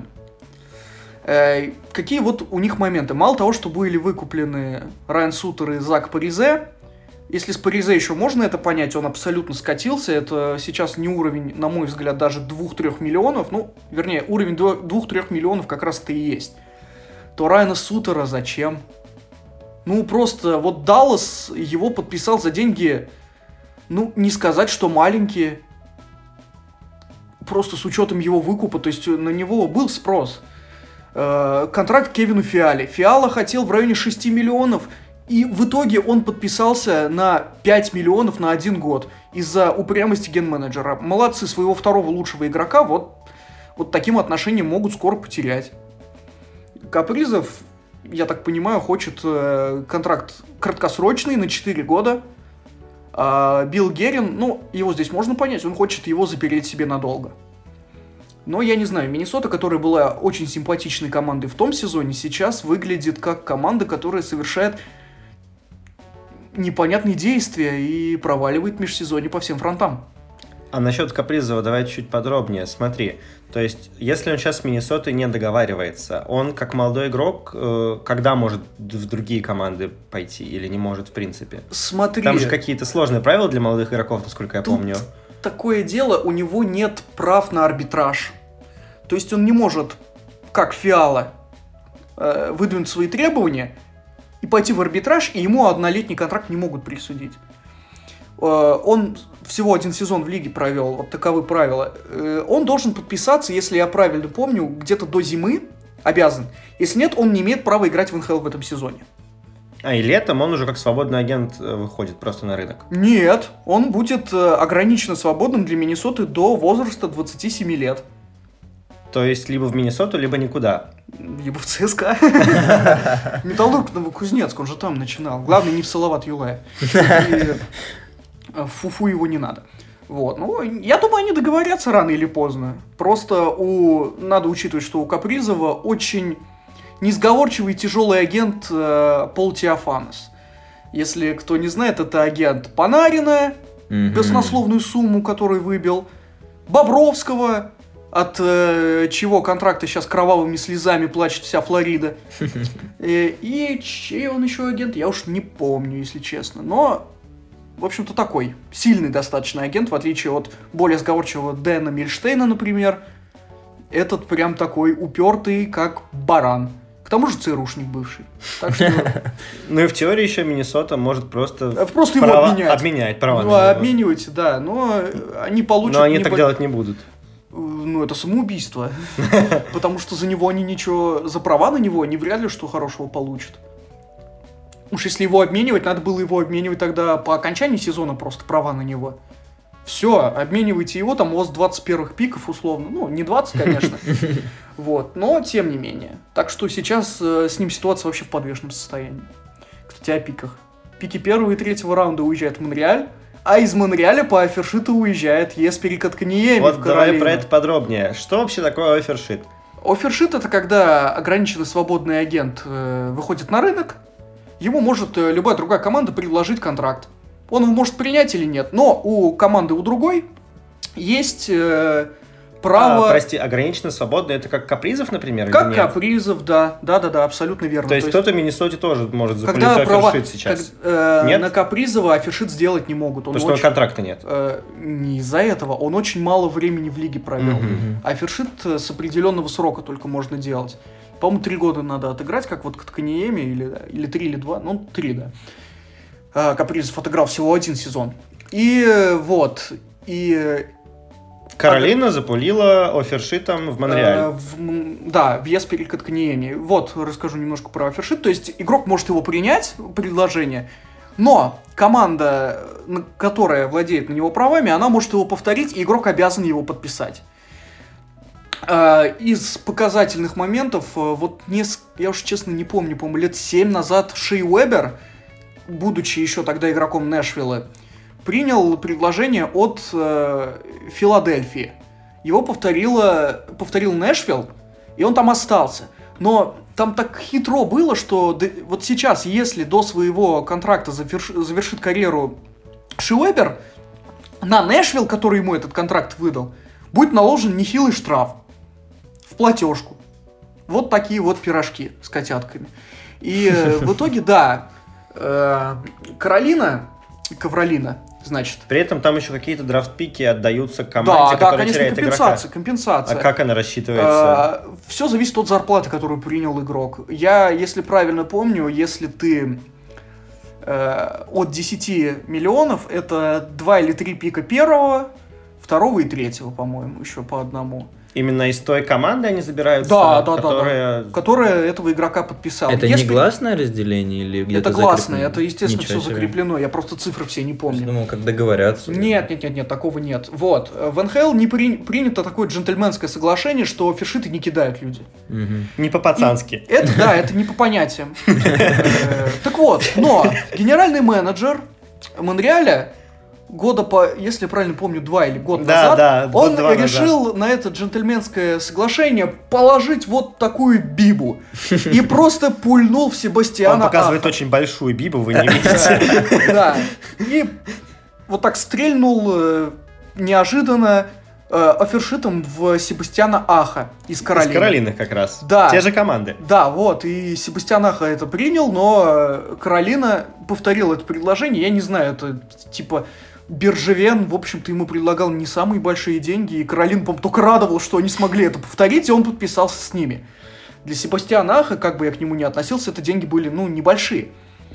Speaker 2: Э, какие вот у них моменты? Мало того, что были выкуплены Райан Сутер и Зак Паризе. Если с Паризе еще можно это понять, он абсолютно скатился. Это сейчас не уровень, на мой взгляд, даже двух-трёх миллионов. Ну, вернее, уровень двух-трёх миллионов как раз-то и есть. То Райана Сутера зачем? Ну, просто вот Даллас его подписал за деньги, ну, не сказать, что маленькие. Просто с учетом его выкупа, то есть на него был спрос. Э, контракт Кевину Фиале. Фиала хотел в районе шести миллионов. И в итоге он подписался на пять миллионов на один год из-за упрямости ген-менеджера. Молодцы, своего второго лучшего игрока вот, вот таким отношением могут скоро потерять. Капризов, я так понимаю, хочет э, контракт краткосрочный на четыре года. А Билл Герин, ну, его здесь можно понять, он хочет его запереть себе надолго. Но я не знаю, Миннесота, которая была очень симпатичной командой в том сезоне, сейчас выглядит как команда, которая совершает непонятные действия и проваливает межсезонье по всем фронтам.
Speaker 1: А насчет Капризова давай чуть подробнее. Смотри, то есть, если он сейчас с Миннесотой не договаривается, он, как молодой игрок, э, когда может в другие команды пойти или не может в принципе?
Speaker 2: Смотри.
Speaker 1: Там же какие-то сложные правила для молодых игроков, насколько я
Speaker 2: Тут
Speaker 1: помню.
Speaker 2: Такое дело, у него нет прав на арбитраж. То есть он не может, как Фиала, э, выдвинуть свои требования и пойти в арбитраж, и ему однолетний контракт не могут присудить. Э, он всего один сезон в лиге провел, вот таковы правила. Э, он должен подписаться, если я правильно помню, где-то до зимы, обязан. Если нет, он не имеет права играть в эн эйч эл в этом сезоне.
Speaker 1: А и летом он уже как свободный агент выходит просто на рынок?
Speaker 2: Нет, он будет э, ограниченно свободным для Миннесоты до возраста двадцати семи лет.
Speaker 1: То есть либо в Миннесоту, либо никуда?
Speaker 2: Либо в ЦСКА. Металлург Новокузнецк, он же там начинал. Главное, не в Салават Юлаев. Фуфу его не надо. Вот. Ну, я думаю, они договорятся рано или поздно. Просто у... надо учитывать, что у Капризова очень несговорчивый и тяжелый агент э, Пол Теофанос. Если кто не знает, это агент Панарина, mm-hmm. баснословную сумму, которую выбил, Бобровского, от э, чего контракта сейчас кровавыми слезами плачет вся Флорида. И, и чей он еще агент, я уж не помню, если честно. Но, в общем-то, такой сильный достаточно агент, в отличие от более сговорчивого Дэна Мильштейна, например. Этот прям такой упертый, как баран, К тому же ЦРУшник бывший. Так что...
Speaker 1: Ну и в теории еще Миннесота может просто...
Speaker 2: Просто его
Speaker 1: права...
Speaker 2: обменять.
Speaker 1: Обменять права
Speaker 2: Ну,
Speaker 1: на него.
Speaker 2: обменивайте, да. Но они получат...
Speaker 1: Но они
Speaker 2: небо...
Speaker 1: так делать не будут.
Speaker 2: Ну, это самоубийство. Потому что за него они ничего... За права на него они вряд ли что хорошего получат. Уж если его обменивать, надо было его обменивать тогда по окончании сезона просто права на него. Все, обменивайте его, там у вас двадцать первых пиков условно. Ну, не двадцать, конечно. Вот, но тем не менее. Так что сейчас э, с ним ситуация вообще в подвешенном состоянии. Кстати, о пиках. Пики первого и третьего раунда уезжают в Монреаль, а из Монреаля по офершиту уезжает Еспери Котканиеми
Speaker 1: Вот
Speaker 2: в
Speaker 1: давай
Speaker 2: Каролину.
Speaker 1: про это подробнее. Что вообще такое офершит?
Speaker 2: Офершит — это когда ограниченный свободный агент э, выходит на рынок, ему может э, любая другая команда предложить контракт. Он его может принять или нет, но у команды у другой есть э, право...
Speaker 1: А, прости, ограниченно свободно, это как Капризов, например,
Speaker 2: Как
Speaker 1: или нет?
Speaker 2: Капризов, да. Да-да-да, абсолютно верно.
Speaker 1: То есть,
Speaker 2: То
Speaker 1: кто-то в Миннесоте тоже может запулить
Speaker 2: когда права...
Speaker 1: офершит сейчас?
Speaker 2: как- э,
Speaker 1: Нет?
Speaker 2: На Капризова офершит сделать не могут. Он
Speaker 1: Потому что
Speaker 2: очень-
Speaker 1: контракта нет.
Speaker 2: э, не из-за этого, он очень мало времени в лиге провел.
Speaker 1: Мгм.
Speaker 2: Офершит э, с определенного срока только можно делать. По-моему, три года надо отыграть, как вот Котканиеми, или, или три, или два, ну, три, да. А, Капризов отыграл всего один сезон. И э, вот, и... э,
Speaker 1: Каролина запулила офершитом в Монреаль.
Speaker 2: Э, в м, да, в Еспери Котканиеми. Вот, расскажу немножко про офершит. То есть, игрок может его принять, предложение, но команда, н- которая владеет на него правами, она может его повторить, и игрок обязан его подписать. Э, Из показательных моментов, э, вот, неск- я уж честно не помню, по-моему, лет семь назад Шей Уэбер, будучи еще тогда игроком Нэшвилла, принял предложение от э, Филадельфии. Его повторила, повторил Нэшвилл, и он там остался. Но там так хитро было, что д- вот сейчас, если до своего контракта заверш- завершит карьеру Шей Уэбер, на Нэшвилл, который ему этот контракт выдал, будет наложен нехилый штраф в платежку. Вот такие вот пирожки с котятками. И э, в итоге, да, э, Каролина, Ковролина, значит.
Speaker 1: При этом там еще какие-то драфт-пики отдаются
Speaker 2: Да,
Speaker 1: команде,
Speaker 2: да,
Speaker 1: которая
Speaker 2: конечно,
Speaker 1: теряет
Speaker 2: компенсация,
Speaker 1: игрока.
Speaker 2: компенсация.
Speaker 1: А как она рассчитывается?
Speaker 2: Все зависит от зарплаты, которую принял игрок. Я, если правильно помню, если ты э, от десяти миллионов, это два или три пика первого, второго и третьего, по-моему, еще по одному.
Speaker 1: Именно из той команды они забираются,
Speaker 2: Да, да, да,
Speaker 1: которая...
Speaker 2: да. Которая этого игрока подписала.
Speaker 3: Это
Speaker 2: Если-
Speaker 3: негласное разделение или где-то
Speaker 2: Это гласное,
Speaker 3: закреплено?
Speaker 2: это, естественно,
Speaker 3: Ничего
Speaker 2: все
Speaker 3: себе.
Speaker 2: закреплено. Я просто цифры все не
Speaker 3: Я
Speaker 2: помню.
Speaker 3: думал, как договорятся.
Speaker 2: Нет, нет, нет, нет, такого нет. Вот. В эн ха эл не при- принято такое джентльменское соглашение, что офершиты не кидают люди.
Speaker 3: Мгм.
Speaker 1: Не по-пацански.
Speaker 2: Это, да, это не по понятиям. Э, Так вот, но генеральный менеджер Монреаля года по, если я правильно помню, два или год
Speaker 1: Да,
Speaker 2: назад,
Speaker 1: да,
Speaker 2: он
Speaker 1: год-два назад.
Speaker 2: решил на это джентльменское соглашение положить вот такую бибу. И просто пульнул в
Speaker 1: Он
Speaker 2: Себастьяна
Speaker 1: показывает
Speaker 2: Аха.
Speaker 1: очень большую бибу, вы не видите.
Speaker 2: Да. И вот так стрельнул э, неожиданно э, офершитом в Себастьяна Аха из
Speaker 1: Из
Speaker 2: Каролины.
Speaker 1: Каролины как раз.
Speaker 2: Да.
Speaker 1: Те же команды.
Speaker 2: Да, вот, и Себастьян Аха это принял, но э, Каролина повторила это предложение. Я не знаю, это типа Бержевен, в общем-то, ему предлагал не самые большие деньги, и Каролин, по-моему, только радовал, что они смогли это повторить, и он подписался с ними. Для Себастьяна Аха, как бы я к нему не относился, это деньги были, ну, небольшие.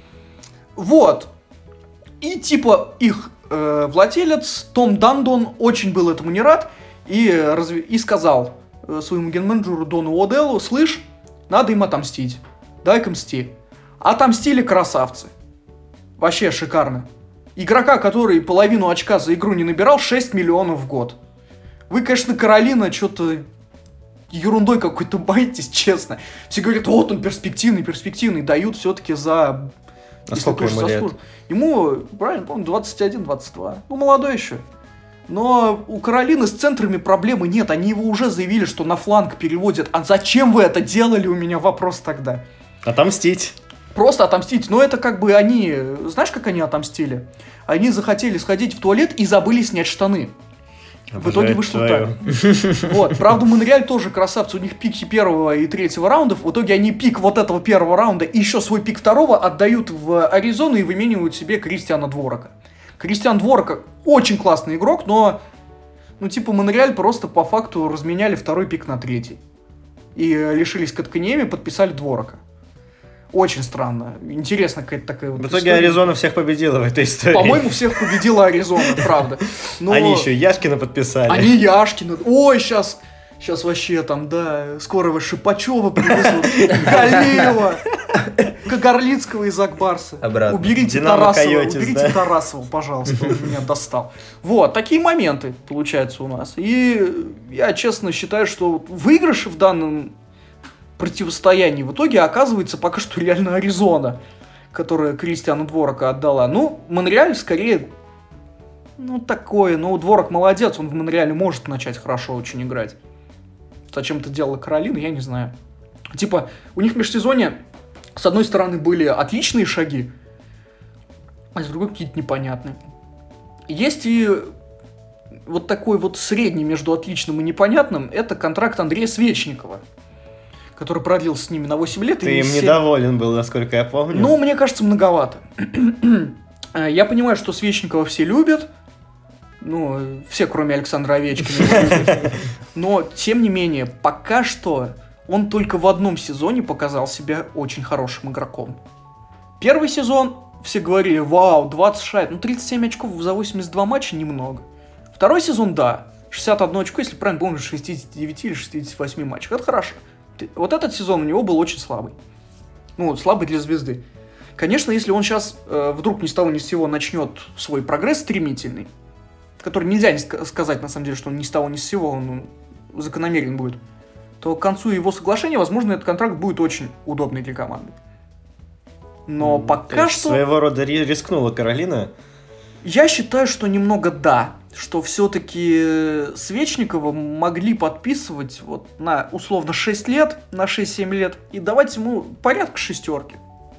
Speaker 2: Вот. И типа их э, владелец Том Дандон очень был этому не рад и, э, разве... и сказал э, своему генменеджеру Дону Оделлу: слышь, надо им отомстить. Дай-ка мсти. Отомстили красавцы. Вообще шикарно. Игрока, который половину очка за игру не набирал, шесть миллионов в год. Вы, конечно, Каролина, что-то ерундой какой-то боитесь, честно. Все говорят: вот он перспективный, перспективный. Дают все-таки за...
Speaker 1: А
Speaker 2: если
Speaker 1: сколько
Speaker 2: тоже
Speaker 1: ему лет?
Speaker 2: заслуж- Ему, правильно помню, двадцать один двадцать два. Ну, молодой еще. Но у Каролины с центрами проблемы нет. Они его уже заявили, что на фланг переводят. А зачем вы это делали, у меня вопрос тогда.
Speaker 1: Отомстить.
Speaker 2: Просто отомстить. Но это как бы они... Знаешь, как они отомстили? Они захотели сходить в туалет и забыли снять штаны. В итоге
Speaker 1: Обожаю
Speaker 2: вышло
Speaker 1: твою.
Speaker 2: так. Вот. Правда, Монреаль тоже красавцы. У них пики первого и третьего раундов. В итоге они пик вот этого первого раунда и еще свой пик второго отдают в Аризону и выменивают себе Кристиана Дворока. Кристиан Дворка очень классный игрок, но, ну, типа, Монреаль просто по факту разменяли второй пик на третий. и лишились Котканиеми, подписали Дворока. Очень странно. Интересно какая-то такая вот
Speaker 1: В итоге
Speaker 2: история.
Speaker 1: Аризона всех победила в этой истории.
Speaker 2: По-моему, всех победила Аризона, правда. Но
Speaker 1: Они еще Яшкина подписали.
Speaker 2: Они Яшкина. Ой, сейчас... Сейчас вообще там, да, скоро вы Шипачева привезут, Галеева, Кагарлицкого из Акбарса.
Speaker 3: Обратно.
Speaker 2: Уберите
Speaker 1: Динамо
Speaker 2: Тарасова,
Speaker 1: Койотис,
Speaker 2: уберите
Speaker 1: да?
Speaker 2: Тарасова, пожалуйста, он меня достал. Вот, такие моменты получаются у нас. И я честно считаю, что выигрыш в данном противостоянии в итоге оказывается пока что реально Аризона, которая Кристиану Дворока отдала. Ну, Монреаль скорее... Ну, такое, ну, Дворок молодец, он в Монреале может начать хорошо очень играть. Зачем это делала Каролина, я не знаю. Типа, у них в межсезонье, с одной стороны, были отличные шаги, а с другой какие-то непонятные. Есть и вот такой вот средний между отличным и непонятным, это контракт Андрея Свечникова, который продлился с ними на восемь лет.
Speaker 1: Ты
Speaker 2: и
Speaker 1: им
Speaker 2: семь...
Speaker 1: недоволен был, насколько я помню.
Speaker 2: Ну, мне кажется, многовато. Я понимаю, что Свечникова все любят. Ну, все, кроме Александра Овечкина. Но, тем не менее, пока что он только в одном сезоне показал себя очень хорошим игроком. Первый сезон все говорили, вау, двадцать шайб, ну тридцать семь очков за восемьдесят два матча немного. Второй сезон, да, шестьдесят одно очко, если правильно помню, в шестидесяти девяти или шестидесяти восьми матчах. Это хорошо. Вот этот сезон у него был очень слабый. Ну, слабый для звезды. Конечно, если он сейчас э, вдруг ни с того ни с сего начнет свой прогресс стремительный, который нельзя не ска- сказать, на самом деле, что он ни с того ни с сего, он закономерен будет, то к концу его соглашения, возможно, этот контракт будет очень удобный для команды. Но
Speaker 1: То
Speaker 2: пока
Speaker 1: есть
Speaker 2: что...
Speaker 1: Своего рода ри- рискнула Каролина.
Speaker 2: Я считаю, что немного да, что все-таки Свечникова могли подписывать вот на условно шесть лет, на шесть-семь лет, и давать ему порядка шестерки.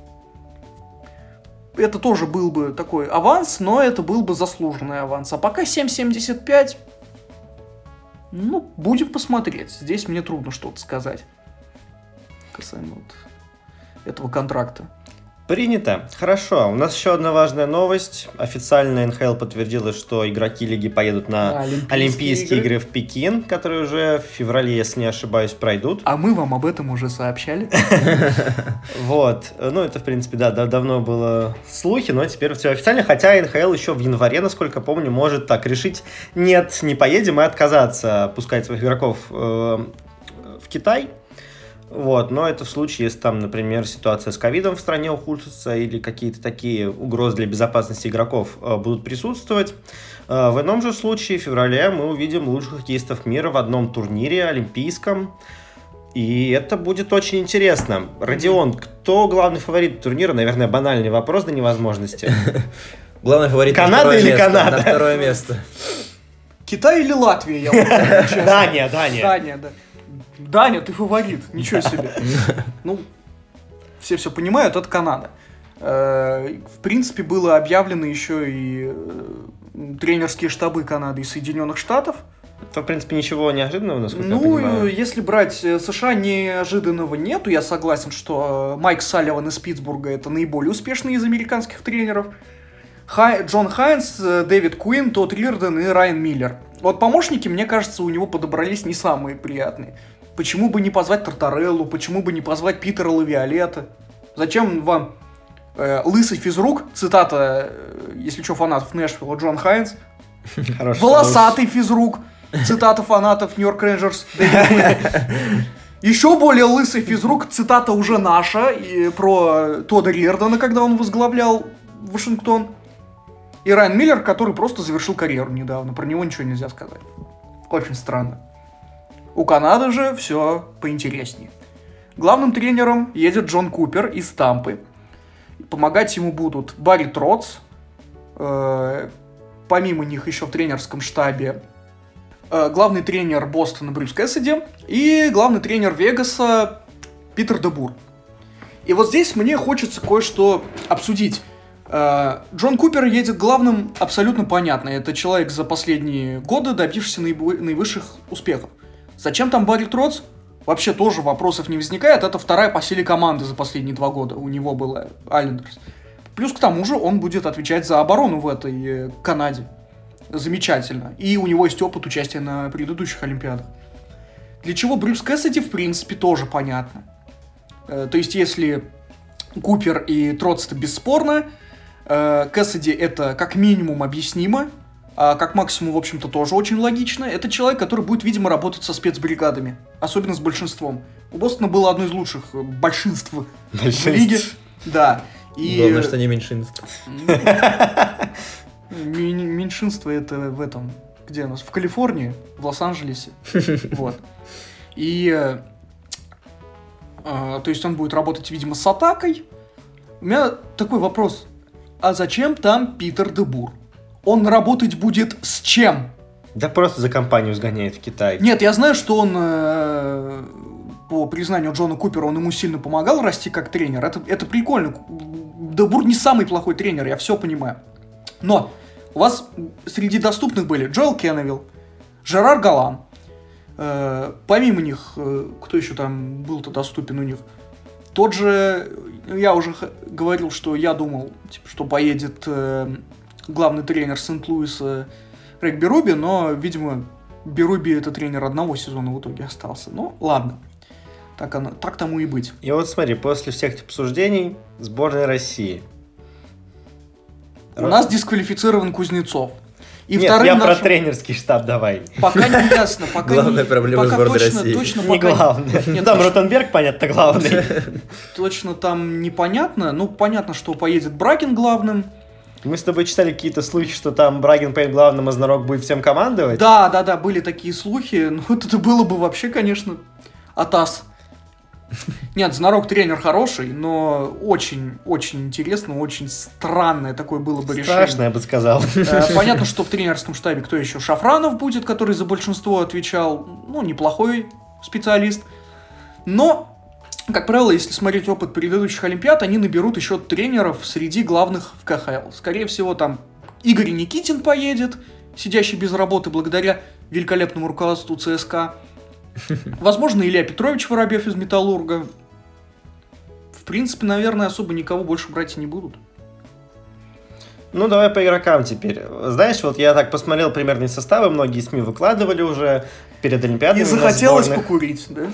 Speaker 2: Это тоже был бы такой аванс, но это был бы заслуженный аванс. А пока семь семьдесят пять, ну, будем посмотреть. Здесь мне трудно что-то сказать касаемо вот этого контракта.
Speaker 1: Принято. Хорошо. У нас еще одна важная новость. Официально эн ха эл подтвердила, что игроки лиги поедут на
Speaker 2: Олимпийские,
Speaker 1: Олимпийские
Speaker 2: игры.
Speaker 1: игры в Пекин, которые уже в феврале, если не ошибаюсь, пройдут.
Speaker 2: А мы вам об этом уже сообщали.
Speaker 1: Вот. Ну, это, в принципе, да, да, давно было слухи, но теперь все официально. Хотя эн ха эл еще в январе, насколько помню, может так решить: нет, не поедем, и отказаться пускать своих игроков э, в Китай. Вот, но это в случае, если там, например, ситуация с ковидом в стране ухудшится или какие-то такие угрозы для безопасности игроков э, будут присутствовать. Э, в ином же случае в феврале мы увидим лучших хоккеистов мира в одном турнире олимпийском. И это будет очень интересно. Родион, кто главный фаворит турнира? Наверное, банальный вопрос до невозможности.
Speaker 3: Главный фаворит на
Speaker 1: Канада
Speaker 3: второе
Speaker 1: или
Speaker 3: место,
Speaker 1: Канада?
Speaker 3: На второе место.
Speaker 2: Китай или Латвия, я вот так, честно.
Speaker 1: Дания, Дания.
Speaker 2: Дания, да. Даня, ты фаворит, ничего себе. Ну, все все понимают, это Канада. Э, В принципе, было объявлено еще и э, тренерские штабы Канады и Соединенных Штатов.
Speaker 1: Это, в принципе, ничего неожиданного, насколько я
Speaker 2: Ну,
Speaker 1: понимаю.
Speaker 2: э, если брать э, США, неожиданного нету. Я согласен, что э, Майк Салливан из Питтсбурга — это наиболее успешный из американских тренеров. Хай, Джон Хайнс, э, Дэвид Куин, Тодд Рирден и Райан Миллер. Вот помощники, мне кажется, у него подобрались не самые приятные. Почему бы не позвать Тартареллу, почему бы не позвать Питера Лавиолетта? Зачем вам э, лысый физрук, цитата, э, если что, фанатов Нэшвилла, Джон Хайнс,
Speaker 1: Хорошо.
Speaker 2: волосатый физрук, цитата фанатов Нью-Йорк Рейнджерс, еще более лысый физрук, цитата уже наша, и про Тодда Рирдена, когда он возглавлял Вашингтон, и Райан Миллер, который просто завершил карьеру недавно, про него ничего нельзя сказать. Очень странно. У Канады же все поинтереснее. Главным тренером едет Джон Купер из Тампы. Помогать ему будут Барри Троц, э, помимо них еще в тренерском штабе э, главный тренер Бостона Брюс Кэссиди и главный тренер Вегаса Питер де Бур. И вот здесь мне хочется кое-что обсудить. Э, Джон Купер едет главным абсолютно понятно. Это человек за последние годы, добившийся наибо- наивысших успехов. Зачем там Барри Троц? Вообще тоже вопросов не возникает. Это вторая по силе команды за последние два года. У него была Айлендерс. Плюс к тому же он будет отвечать за оборону в этой э, Канаде. Замечательно. И у него есть опыт участия на предыдущих Олимпиадах. Для чего Брюс Кэссиди, в принципе, тоже понятно. Э, то есть, если Купер и Троц это бесспорно, э, Кэссиди это как минимум объяснимо, а как максимум, в общем-то, тоже очень логично. Это человек, который будет, видимо, работать со спецбригадами, особенно с большинством. У Бостона было одно из лучших большинств в лиге. Да. И...
Speaker 3: Главное, что не меньшинство.
Speaker 2: Меньшинство это в этом... Где у нас? В Калифорнии, в Лос-Анджелесе. Вот. И... Э, то есть он будет работать, видимо, с атакой. У меня такой вопрос. А зачем там Питер де Бур? Он работать будет с чем?
Speaker 1: Да просто за компанию сгоняет в Китай.
Speaker 2: Нет, я знаю, что он, э, по признанию Джона Купера, он ему сильно помогал расти как тренер. Это, это прикольно. Де Бур не самый плохой тренер, я все понимаю. Но у вас среди доступных были Джоэл Кенневилл, Жерар Галан. Э, помимо них, э, кто еще там был-то доступен у них? Тот же, я уже х- говорил, что я думал, типа, что поедет э, главный тренер Сент-Луиса Рэг Беруби, но, видимо, Беруби это тренер одного сезона в итоге остался. Ну, ладно. Так, оно, так тому и быть.
Speaker 1: И вот смотри, после всех этих обсуждений сборная России.
Speaker 2: У Р... нас дисквалифицирован Кузнецов. И
Speaker 1: Нет, я нашим... про тренерский штаб давай.
Speaker 2: Пока не ясно. Пока
Speaker 3: главная
Speaker 2: не...
Speaker 3: проблема
Speaker 2: пока
Speaker 3: сборной
Speaker 2: точно,
Speaker 3: России.
Speaker 2: Точно,
Speaker 1: не
Speaker 2: пока...
Speaker 1: главное.
Speaker 2: Нет,
Speaker 1: там
Speaker 2: точно...
Speaker 1: Ротенберг, понятно, главный.
Speaker 2: Точно там непонятно. Ну, понятно, что поедет Брагин главным.
Speaker 1: Мы с тобой читали какие-то слухи, что там Брагин поедет главным, а Знарок будет всем командовать?
Speaker 2: Да, да, да, были такие слухи. Ну, вот это было бы вообще, конечно, атас. Нет, Знарок тренер хороший, но очень-очень интересно, очень странное такое было бы решение.
Speaker 1: Страшно, я бы сказал.
Speaker 2: Понятно, что в тренерском штабе кто еще? Шафранов будет, который за большинство отвечал. Ну, неплохой специалист. Но... Как правило, если смотреть опыт предыдущих Олимпиад, они наберут еще тренеров среди главных в ка ха эл. Скорее всего, там Игорь Никитин поедет, сидящий без работы благодаря великолепному руководству цэ эс ка. Возможно, Илья Петрович Воробьев из Металлурга. В принципе, наверное, особо никого больше брать и не будут.
Speaker 1: Ну, давай по игрокам теперь. Знаешь, вот я так посмотрел примерные составы, многие СМИ выкладывали уже перед Олимпиадами.
Speaker 2: И захотелось покурить, да?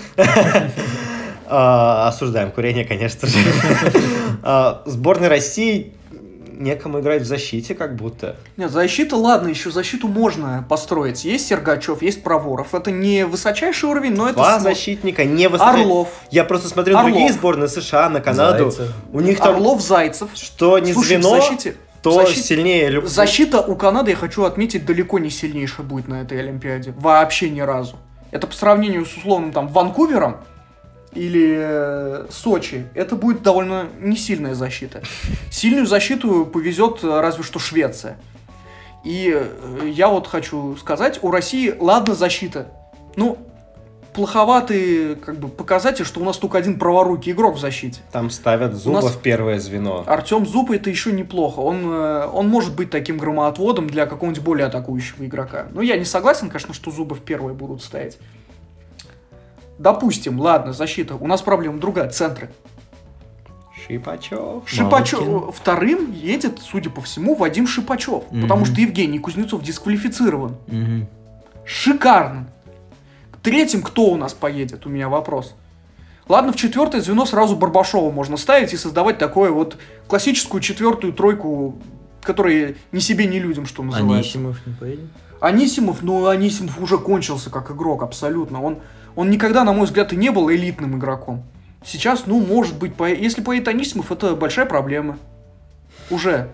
Speaker 1: Uh, осуждаем курение, конечно же. uh, Сборной России некому играть в защите, как будто.
Speaker 2: Нет, защита, ладно, еще защиту можно построить. Есть Сергачев, есть Проворов. Это не высочайший уровень, но это...
Speaker 1: Два защитника, не высочайший.
Speaker 2: Орлов.
Speaker 1: Я просто смотрю на другие сборные США, на Канаду.
Speaker 3: Зайцев.
Speaker 1: У них там...
Speaker 2: Орлов, Зайцев.
Speaker 1: Что не
Speaker 2: Слушай,
Speaker 1: звено,
Speaker 2: в защите...
Speaker 1: то
Speaker 2: защите...
Speaker 1: сильнее... Люб...
Speaker 2: Защита у Канады, я хочу отметить, далеко не сильнейшая будет на этой Олимпиаде. Вообще ни разу. Это по сравнению с условным там Ванкувером или э, Сочи, это будет довольно не сильная защита. Сильную защиту повезет разве что Швеция. И э, я вот хочу сказать, у России, ладно, защита. Ну, плоховатый как бы показатель, что у нас только один праворукий игрок в защите.
Speaker 1: Там ставят Зуба
Speaker 2: нас...
Speaker 1: в первое звено.
Speaker 2: Артем Зуб это еще неплохо. Он, э, он может быть таким громоотводом для какого-нибудь более атакующего игрока. Но я не согласен, конечно, что Зуба в первое будут ставить. Допустим, ладно, защита. У нас проблема другая, центры.
Speaker 1: Шипачев.
Speaker 2: Шипачев. Малкин. Вторым едет, судя по всему, Вадим Шипачев. Mm-hmm. Потому что Евгений Кузнецов дисквалифицирован.
Speaker 3: Mm-hmm.
Speaker 2: Шикарно. Третьим кто у нас поедет? У меня вопрос. Ладно, в четвертое звено сразу Барбашова можно ставить и создавать такое вот классическую четвертую тройку, которая ни себе, ни людям, что называется.
Speaker 3: Анисимов не поедет?
Speaker 2: Анисимов, ну Анисимов уже кончился как игрок, абсолютно. Он, он никогда, на мой взгляд, и не был элитным игроком. Сейчас, ну, может быть, по... если поедет Анисимов, это большая проблема. Уже.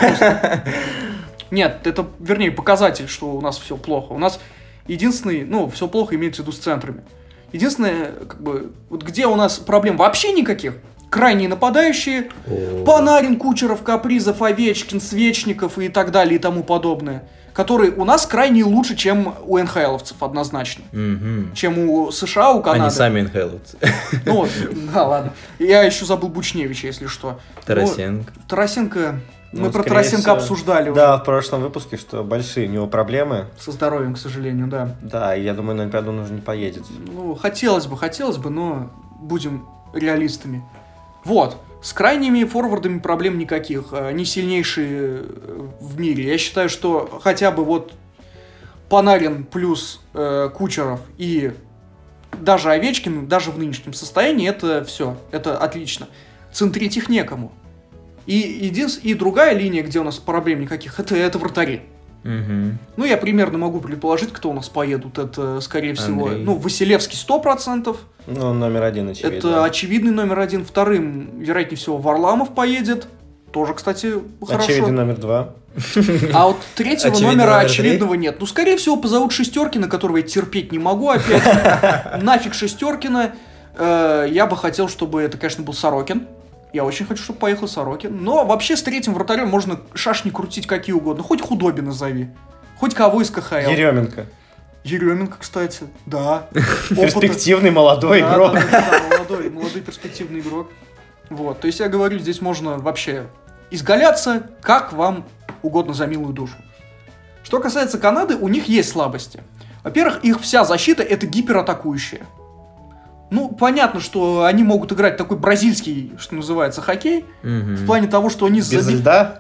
Speaker 2: Нет, это, вернее, показатель, что у нас все плохо. У нас единственный, ну, все плохо имеется в виду с центрами. Единственное, как бы, вот где у нас проблем вообще никаких. Крайние нападающие, Панарин, Кучеров, Капризов, Овечкин, Свечников и так далее и тому подобное. Которые у нас крайне лучше, чем у эн ха эловцев, однозначно.
Speaker 3: Mm-hmm.
Speaker 2: Чем у США, у Канады.
Speaker 3: Они сами эн ха эловцы.
Speaker 2: Ну, да, ладно. Я еще забыл Бучневича, если что.
Speaker 3: Тарасенко.
Speaker 2: Ну, Тарасенко...
Speaker 1: Ну,
Speaker 2: мы про Тарасенко
Speaker 1: всего,
Speaker 2: обсуждали
Speaker 1: да,
Speaker 2: уже.
Speaker 1: в прошлом выпуске, что большие у него проблемы.
Speaker 2: Со здоровьем, к сожалению, да.
Speaker 1: Да, и я думаю, на Олимпиаду он уже не поедет.
Speaker 2: Ну, хотелось бы, хотелось бы, но будем реалистами. Вот. С крайними форвардами проблем никаких. Они сильнейшие в мире. Я считаю, что хотя бы вот Панарин плюс э, Кучеров и даже Овечкин, даже в нынешнем состоянии, это все, это отлично. Центрить их некому. И, единств... и другая линия, где у нас проблем никаких, это, это вратари.
Speaker 3: Угу.
Speaker 2: Ну, я примерно могу предположить, кто у нас поедут. Это, скорее всего,
Speaker 3: Андрей.
Speaker 2: ну, Василевский сто процентов.
Speaker 1: Ну, он номер один, очевидно.
Speaker 2: Это очевидный номер один. Вторым, вероятнее всего, Варламов поедет. Тоже, кстати, хорошо.
Speaker 1: Очевидный номер два.
Speaker 2: А вот третьего
Speaker 3: Очевидный
Speaker 2: номера
Speaker 3: номер
Speaker 2: очевидного нет. Ну, скорее всего, позовут Шестеркина, которого я терпеть не могу опять. Нафиг Шестеркина. Э, Я бы хотел, чтобы это, конечно, был Сорокин. Я очень хочу, чтобы поехал Сорокин. Но вообще с третьим вратарем можно шашни крутить какие угодно. Хоть Худобина зови. Хоть кого из ка ха эл.
Speaker 1: Еременко.
Speaker 2: Еременко, кстати. Да.
Speaker 1: Перспективный молодой
Speaker 2: Да,
Speaker 1: игрок.
Speaker 2: да, да, да, молодой, молодой перспективный игрок. Вот, то есть я говорю, здесь можно вообще изгаляться, как вам угодно за милую душу. Что касается Канады, у них есть слабости. Во-первых, их вся защита — это гиператакующая. Ну, понятно, что они могут играть такой бразильский, что называется, хоккей,
Speaker 3: Угу.
Speaker 2: в плане того, что они
Speaker 1: Без
Speaker 2: заби-
Speaker 1: льда.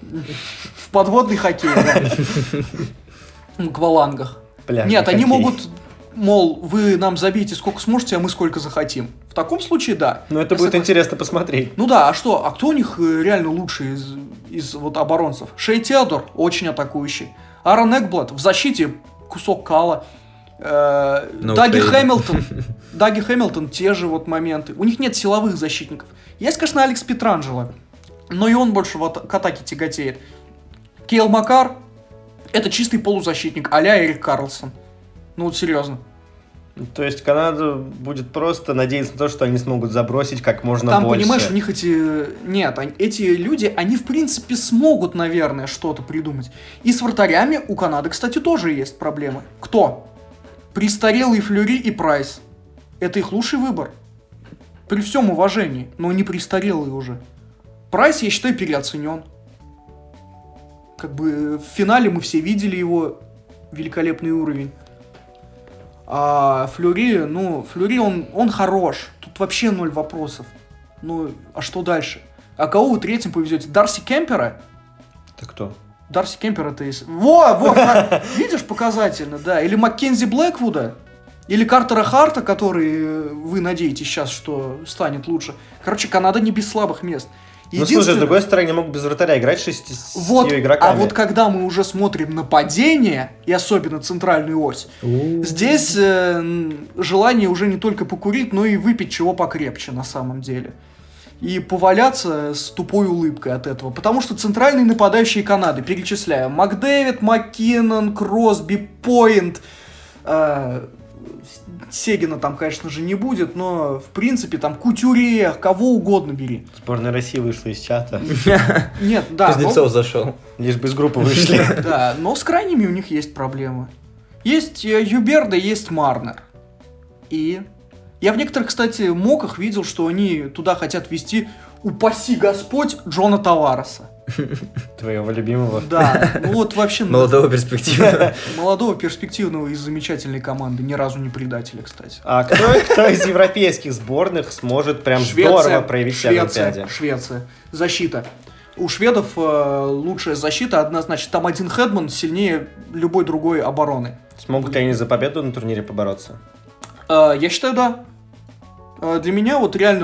Speaker 2: в подводный хоккей, да. В аквалангах.
Speaker 1: Пляжный
Speaker 2: Нет, они
Speaker 1: хоккей.
Speaker 2: могут, мол, вы нам забейте сколько сможете, а мы сколько захотим. В таком случае, да.
Speaker 1: Ну, это
Speaker 2: Я
Speaker 1: будет
Speaker 2: согласен.
Speaker 1: интересно посмотреть.
Speaker 2: Ну да, а что? А кто у них э, реально лучший из, из вот оборонцев? Шей Теодор очень атакующий. Аарон Экблад в защите кусок кала. Э,
Speaker 3: No
Speaker 2: Даги
Speaker 3: shade.
Speaker 2: Хэмилтон. Даги Хэмилтон те же вот моменты. У них нет силовых защитников. Есть, конечно, Алекс Петранджело, но и он больше в ата- к атаке тяготеет. Кейл Макар — это чистый полузащитник а-ля Эрик Карлсон. Ну вот серьезно.
Speaker 1: То есть Канада будет просто надеяться на то, что они смогут забросить как можно
Speaker 2: Там,
Speaker 1: больше.
Speaker 2: понимаешь, у них эти... Нет, они- эти люди, они, в принципе, смогут, наверное, что-то придумать. И с вратарями у Канады, кстати, тоже есть проблемы. Кто? Престарелые Флюри и Прайс. Это их лучший выбор. При всем уважении, но не престарелые уже. Прайс, я считаю, переоценен. Как бы в финале мы все видели его великолепный уровень. А Флюри, ну, Флюри, он, он хорош. Тут вообще ноль вопросов. Ну, а что дальше? А кого вы третьим повезете? Дарси Кемпера?
Speaker 1: Это кто?
Speaker 2: Дарси Кемпер это из... Во, во, на- видишь, показательно, да. Или Маккензи Блэквуда, или Картера Харта, который э, вы надеетесь сейчас, что станет лучше. Короче, Канада не без слабых мест.
Speaker 1: Ну, слушай, с
Speaker 2: Единственное-
Speaker 1: другой стороны, они могут без вратаря играть шести с
Speaker 2: вот,
Speaker 1: игроками.
Speaker 2: а вот когда мы уже смотрим нападение, и особенно центральную ось, здесь э, м, желание уже не только покурить, но и выпить чего покрепче на самом деле. И поваляться с тупой улыбкой от этого. Потому что центральные нападающие Канады, перечисляю, Макдэвид, Маккиннон, Кросби, Пойнт, э, Сегина там, конечно же, не будет, но, в принципе, там Кутюре, кого угодно бери.
Speaker 1: Сборная России вышла из чата.
Speaker 2: Нет, да, но-
Speaker 3: Кузнецов зашел.
Speaker 1: Лишь бы из группы вышли.
Speaker 2: да, но с крайними у них есть проблемы. Есть э, Юберда, есть Марнер. И я в некоторых, кстати, моках видел, что они туда хотят везти, упаси Господь, Джона Тавареса.
Speaker 1: Твоего любимого.
Speaker 2: Да, ну вот вообще...
Speaker 3: Молодого перспективного.
Speaker 2: Молодого, перспективного и замечательной команды. Ни разу не предателя, кстати.
Speaker 1: А кто, кто из европейских сборных сможет прям здорово проявить себя на
Speaker 2: Швеция,
Speaker 1: Олимпиаде?
Speaker 2: Швеция. Защита. У шведов э, лучшая защита однозначно. Там один Хедман сильнее любой другой обороны.
Speaker 1: Смогут ли они за победу на турнире побороться?
Speaker 2: Э, я считаю, да. Э, для меня вот реально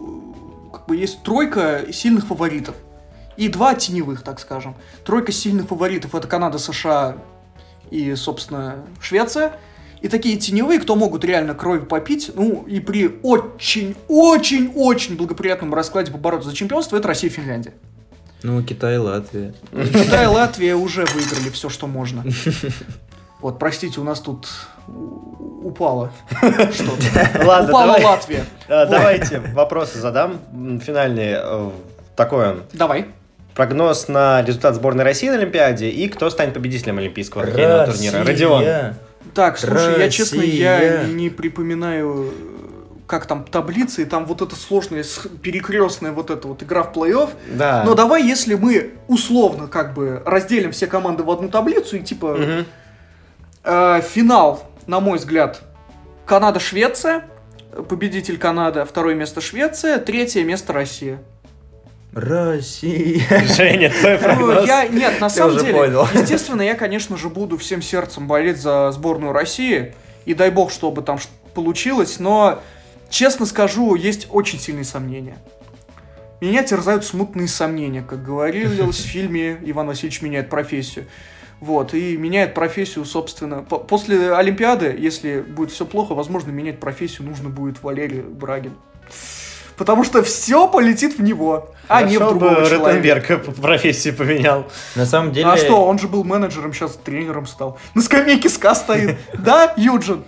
Speaker 2: э, как бы есть тройка сильных фаворитов. И два теневых, так скажем. Тройка сильных фаворитов — это Канада, США и, собственно, Швеция. И такие теневые, кто могут реально кровь попить, ну, и при очень-очень-очень благоприятном раскладе побороться за чемпионство, это Россия и Финляндия.
Speaker 3: Ну, Китай, Латвия.
Speaker 2: Китай и Латвия уже выиграли все, что можно. Вот, простите, у нас тут у- упало что-то.
Speaker 1: Ладно,
Speaker 2: Упала
Speaker 1: давай.
Speaker 2: Латвия.
Speaker 1: А,
Speaker 2: Вот.
Speaker 1: Давайте вопросы задам. М, Финальный э, такой он.
Speaker 2: Давай.
Speaker 1: Прогноз на результат сборной России на Олимпиаде и кто станет победителем Олимпийского хоккейного турнира. Родион.
Speaker 2: Так, слушай, я честно, я
Speaker 3: Россия.
Speaker 2: не припоминаю, как там таблицы, и там вот это сложная, с- перекрестная вот эта вот игра в плей-офф.
Speaker 1: Да.
Speaker 2: Но давай, если мы условно как бы разделим все команды в одну таблицу и типа
Speaker 1: Мгм.
Speaker 2: э, финал, на мой взгляд, Канада-Швеция, победитель Канада, второе место Швеция, третье место Россия.
Speaker 3: Россия.
Speaker 1: Женя, твой
Speaker 2: Ну,
Speaker 1: прогноз.
Speaker 2: я, нет, на самом
Speaker 3: уже
Speaker 2: деле,
Speaker 3: понял.
Speaker 2: естественно, я, конечно же, буду всем сердцем болеть за сборную России. И дай бог, чтобы там ш- получилось, но, честно скажу, есть очень сильные сомнения. Меня терзают смутные сомнения, как говорилось в фильме «Иван Васильевич меняет профессию». Вот, и меняет профессию, собственно. По- после Олимпиады, если будет все плохо, возможно, менять профессию нужно будет Валерий Брагин. Потому что все полетит в него, а не в
Speaker 1: Хорошо
Speaker 2: другого
Speaker 1: бы
Speaker 2: человека.
Speaker 1: Ротенберг профессию поменял.
Speaker 3: На самом деле...
Speaker 2: А что, он же был менеджером, сейчас тренером стал. На скамейке ска стоит. Да, Юджин?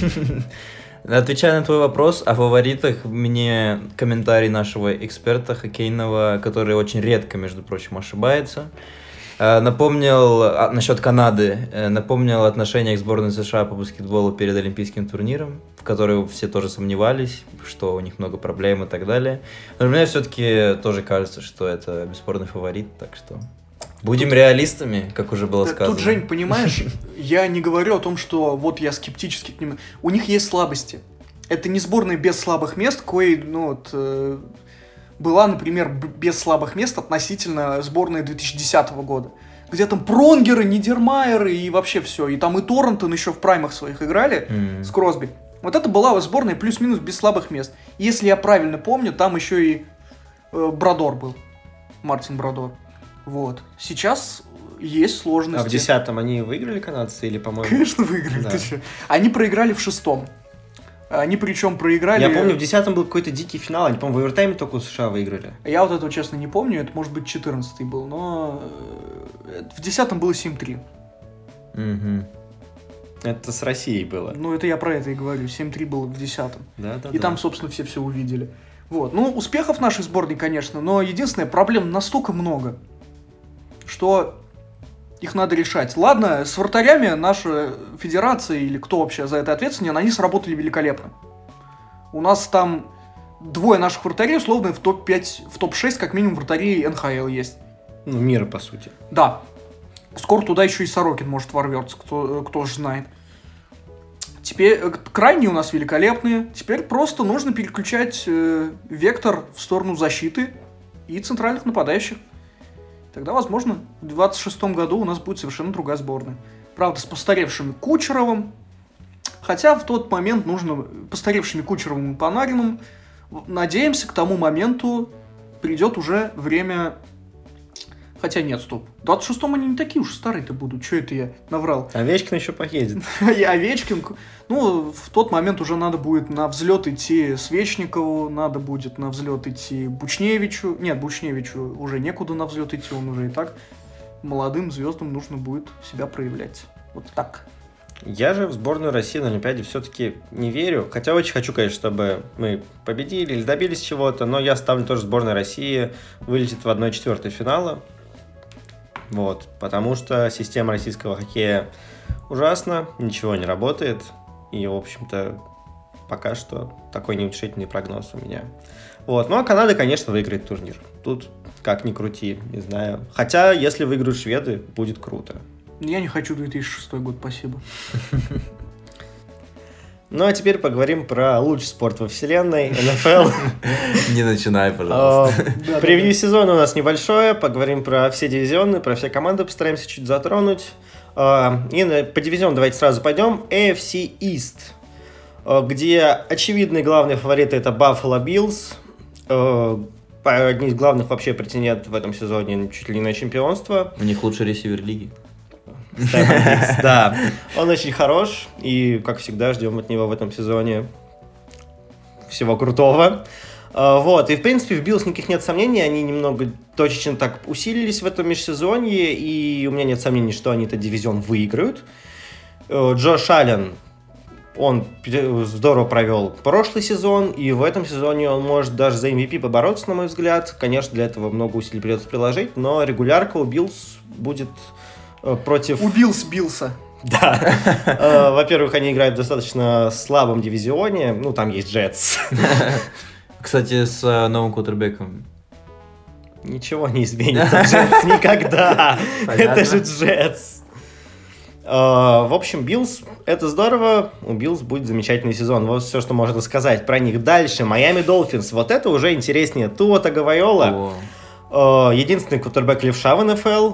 Speaker 3: Отвечая на твой вопрос о фаворитах, мне комментарий нашего эксперта хоккейного, который очень редко, между прочим, ошибается, э, напомнил а, насчет Канады, э, напомнил о отношениях сборной США по баскетболу перед Олимпийским турниром, в которой все тоже сомневались, что у них много проблем и так далее. Но мне все-таки тоже кажется, что это бесспорный фаворит, так что... Будем тут, реалистами, как уже было сказано.
Speaker 2: Тут, Жень, понимаешь, я не говорю о том, что вот я скептически к ним... У них есть слабости. Это не сборная без слабых мест, кое, ну, вот, э, была, например, без слабых мест относительно сборной две тысячи десятого года. Где там Пронгеры, Нидермайеры и вообще все. И там и Торрентон еще в праймах своих играли mm. с Кросби. Вот это была сборная плюс-минус без слабых мест. Если я правильно помню, там еще и э, Брадор был. Мартин Брадор. Вот. Сейчас есть сложности.
Speaker 1: А в десятом они выиграли канадцы или, по-моему?
Speaker 2: Конечно, выиграли. Да. Ты что? Они проиграли в шестом. Они причем проиграли...
Speaker 1: Я помню, в десятом был какой-то дикий финал. Они, по-моему, в овертайме только у США выиграли.
Speaker 2: Я вот этого, честно, не помню. Это, может быть, четырнадцатый был. Но в десятом было семь-три.
Speaker 3: Угу.
Speaker 1: Это с Россией было.
Speaker 2: Ну, это я про это и говорю. семь-три было в десятом.
Speaker 1: Да, да,
Speaker 2: и
Speaker 1: да.
Speaker 2: там, собственно, все все увидели. Вот. Ну, успехов нашей сборной, конечно. Но единственное, проблем настолько много, что их надо решать. Ладно, с вратарями наша федерация или кто вообще за это ответственен, они сработали великолепно. У нас там двое наших вратарей, условно, в топ пять, в топ шесть, как минимум, вратарей эн ха эл есть.
Speaker 1: Ну, мира, по сути.
Speaker 2: Да. Скоро туда еще и Сорокин может ворвется, кто, кто же знает. Теперь крайние у нас великолепные. Теперь просто нужно переключать э, вектор в сторону защиты и центральных нападающих. Тогда, возможно, в двадцать шестом году у нас будет совершенно другая сборная. Правда, с постаревшим Кучеровым. Хотя в тот момент нужно... Постаревшими Кучеровым и Панариным. Надеемся, к тому моменту придет уже время... Хотя нет, стоп. В двадцать шестом они не такие уж старые-то будут. Че это я наврал?
Speaker 1: Овечкин еще поедет.
Speaker 2: Овечкин... Ну, в тот момент уже надо будет на взлет идти Свечникову, надо будет на взлет идти Бучневичу. Нет, Бучневичу уже некуда на взлет идти, он уже и так молодым звездам нужно будет себя проявлять. Вот так.
Speaker 1: Я же в сборную России на Олимпиаде все-таки не верю. Хотя очень хочу, конечно, чтобы мы победили или добились чего-то, но я ставлю тоже сборная России вылетит в одна четвертая финала. Вот, потому что система российского хоккея ужасна, ничего не работает. И, в общем-то, пока что такой неутешительный прогноз у меня. Вот. Ну, а Канада, конечно, выиграет турнир. Тут как ни крути, не знаю. Хотя, если выиграют шведы, будет круто.
Speaker 2: Я не хочу две тысячи шестой год, спасибо.
Speaker 1: Ну, а теперь поговорим про лучший спорт во вселенной, эн эф эл.
Speaker 3: Не начинай, пожалуйста.
Speaker 1: Превью сезона у нас небольшое. Поговорим про все дивизионы, про все команды постараемся чуть затронуть. И по дивизиону давайте сразу пойдем. эй эф си East, где очевидные главные фавориты — это Buffalo Bills. Одни из главных вообще претендентов в этом сезоне чуть ли не на чемпионство.
Speaker 3: У них лучший ресивер лиги.
Speaker 1: Стефан, да, он очень хорош, и, как всегда, ждем от него в этом сезоне всего крутого. Вот, и, в принципе, в Биллс никаких нет сомнений, они немного точечно так усилились в этом межсезонье, и у меня нет сомнений, что они этот дивизион выиграют. Джош Аллен, он здорово провел прошлый сезон, и в этом сезоне он может даже за эм ви пи побороться, на мой взгляд. Конечно, для этого много усилий придется приложить, но регулярка у Биллс будет... против...
Speaker 2: Убил Билса.
Speaker 1: Да. Во-первых, они играют в достаточно слабом дивизионе. Ну, там есть Джетс.
Speaker 3: Кстати, с новым квотербеком.
Speaker 1: Ничего не изменится. Джетс никогда. Это же Джетс. В общем, Биллс — это здорово. У Биллс будет замечательный сезон. Вот все, что можно сказать про них. Дальше. Майами Долфинс. Вот это уже интереснее. Туа Таговайола. Единственный квотербек левша в эн эф эл.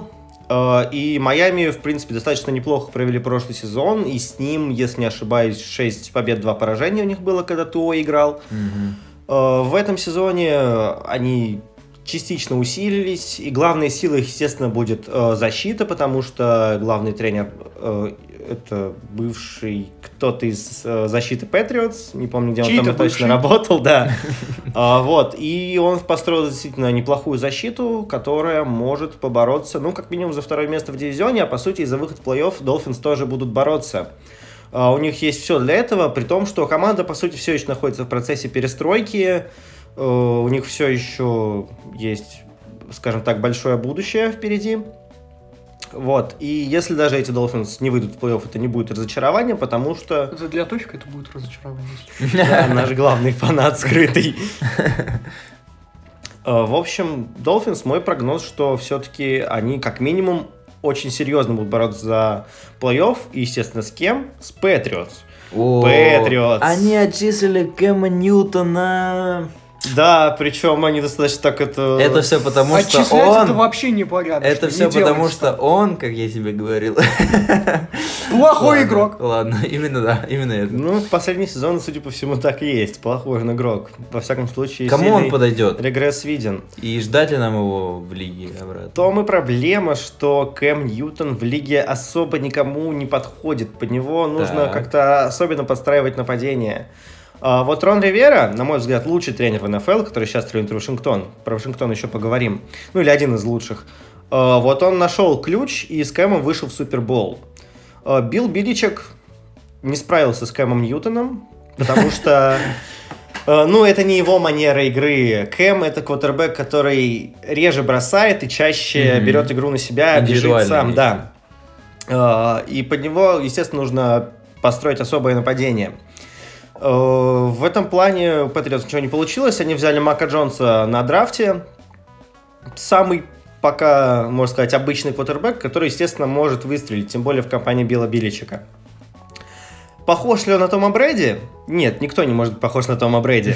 Speaker 1: И Майами, в принципе, достаточно неплохо провели прошлый сезон, и с ним, если не ошибаюсь, шесть побед, два поражения у них было, когда Туо играл. Mm-hmm. В этом сезоне они частично усилились, и главной силой, естественно, будет защита, потому что главный тренер это бывший кто-то из э, защиты Patriots, не помню, где он там точно работал, да. а, вот, и он построил действительно неплохую защиту, которая может побороться, ну, как минимум, за второе место в дивизионе, а по сути, и за выход в плей-офф Dolphins тоже будут бороться. А, у них есть все для этого, при том, что команда, по сути, все еще находится в процессе перестройки, а, у них все еще есть, скажем так, большое будущее впереди. Вот, и если даже эти Dolphins не выйдут в плей-офф, это не будет разочарованием, потому что...
Speaker 2: Это для точки это будет разочарование.
Speaker 1: Да, наш главный фанат скрытый. В общем, Dolphins, мой прогноз, что все-таки они как минимум очень серьезно будут бороться за плей-офф, и, естественно, с кем? С Patriots.
Speaker 3: Patriots. Они отчислили Кэма Ньютона...
Speaker 1: Да, причем они достаточно так это...
Speaker 3: Это все потому, что он...
Speaker 2: Отчислять это вообще непорядочно.
Speaker 3: Это все
Speaker 2: не
Speaker 3: потому, что он, как я тебе говорил...
Speaker 2: Плохой
Speaker 3: ладно,
Speaker 2: игрок.
Speaker 3: Ладно, именно да, именно это.
Speaker 1: Ну, в последний сезон, судя по всему, так и есть. Плохой он игрок. Во всяком случае,
Speaker 3: кому он подойдет?
Speaker 1: Регресс виден.
Speaker 3: И ждать ли нам его в лиге обратно?
Speaker 1: В том и проблема, что Кэм Ньютон в лиге особо никому не подходит. Под него нужно так. как-то особенно подстраивать нападение. А вот Рон Ривера, на мой взгляд, лучший тренер в эн эф эл, который сейчас тренирует Вашингтон. Про Вашингтон еще поговорим. Ну, или один из лучших. А вот он нашел ключ и с Кэмом вышел в Супербол. А Билл Беличек не справился с Кэмом Ньютоном, потому что, ну, это не его манера игры. Кэм — это квотербек, который реже бросает и чаще берет игру на себя, бежит сам. Да. И под него, естественно, нужно построить особое нападение. В этом плане у Patriots ничего не получилось. Они взяли Мака Джонса на драфте. Самый пока, можно сказать, обычный квотербек, который, естественно, может выстрелить, тем более в компании Билла Беличека. Похож ли он на Тома Брэди? Нет, никто не может быть похож на Тома Брэди.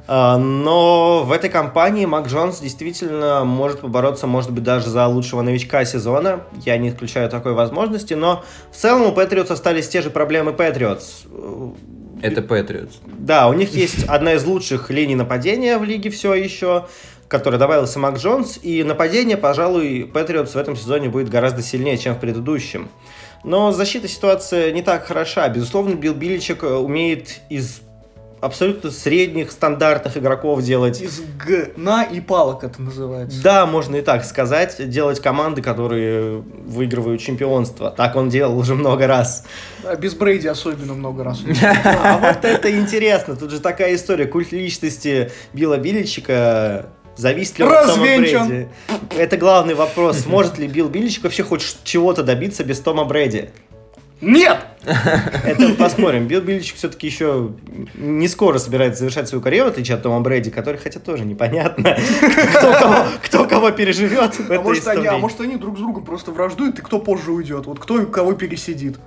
Speaker 1: Но в этой компании Мак Джонс действительно может побороться, может быть, даже за лучшего новичка сезона. Я не исключаю такой возможности, но в целом у Patriots остались те же проблемы Patriots.
Speaker 3: Это Patriots.
Speaker 1: Да, у них есть одна из лучших линий нападения в лиге все еще, к которой добавился Мак Джонс, и нападение, пожалуй, Patriots в этом сезоне будет гораздо сильнее, чем в предыдущем. Но защита ситуация не так хороша. Безусловно, Билл Беличек умеет из абсолютно средних, стандартных игроков делать...
Speaker 2: Из гна и палок это называется.
Speaker 1: Да, можно и так сказать. Делать команды, которые выигрывают чемпионство. Так он делал уже много раз.
Speaker 2: А без Брейди особенно много раз.
Speaker 1: А вот это интересно. Тут же такая история. Культ личности Билла Беличека... Зависит ли он от Тома Брэди? Это главный вопрос. Сможет ли Билл Беличек вообще хоть чего-то добиться без Тома Брэди?
Speaker 2: Нет!
Speaker 1: Это посмотрим. Билл Беличек все-таки еще не скоро собирается завершать свою карьеру, в отличие от Тома Брэди, который, хотя тоже непонятно, кто кого, кто кого переживет в этой
Speaker 2: а может,
Speaker 1: истории.
Speaker 2: Они, а может, они друг с другом просто враждуют, и кто позже уйдет? Вот кто кого пересидит?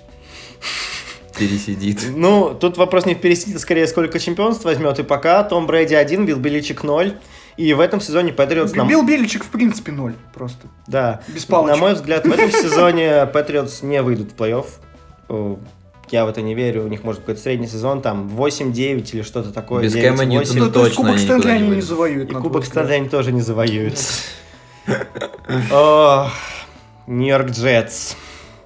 Speaker 3: Пересидит.
Speaker 1: Ну, тут вопрос не в пересидит, а скорее, сколько чемпионств возьмет. И пока Том Брэди один, Билл Беличек ноль. И в этом сезоне Patriots...
Speaker 2: Нам... Билл Беличек в принципе ноль просто.
Speaker 1: Да.
Speaker 2: Без палочек.
Speaker 1: На мой взгляд, в этом сезоне Patriots не выйдут в плей-офф. Я в это не верю. У них может быть средний сезон, там, восемь-девять или что-то такое.
Speaker 3: Без Кэма Ньютона точно.
Speaker 2: То есть Кубок Стэнли они не завоюют.
Speaker 1: И Кубок Стэнли они тоже не завоюют. Нью-Йорк Джетс.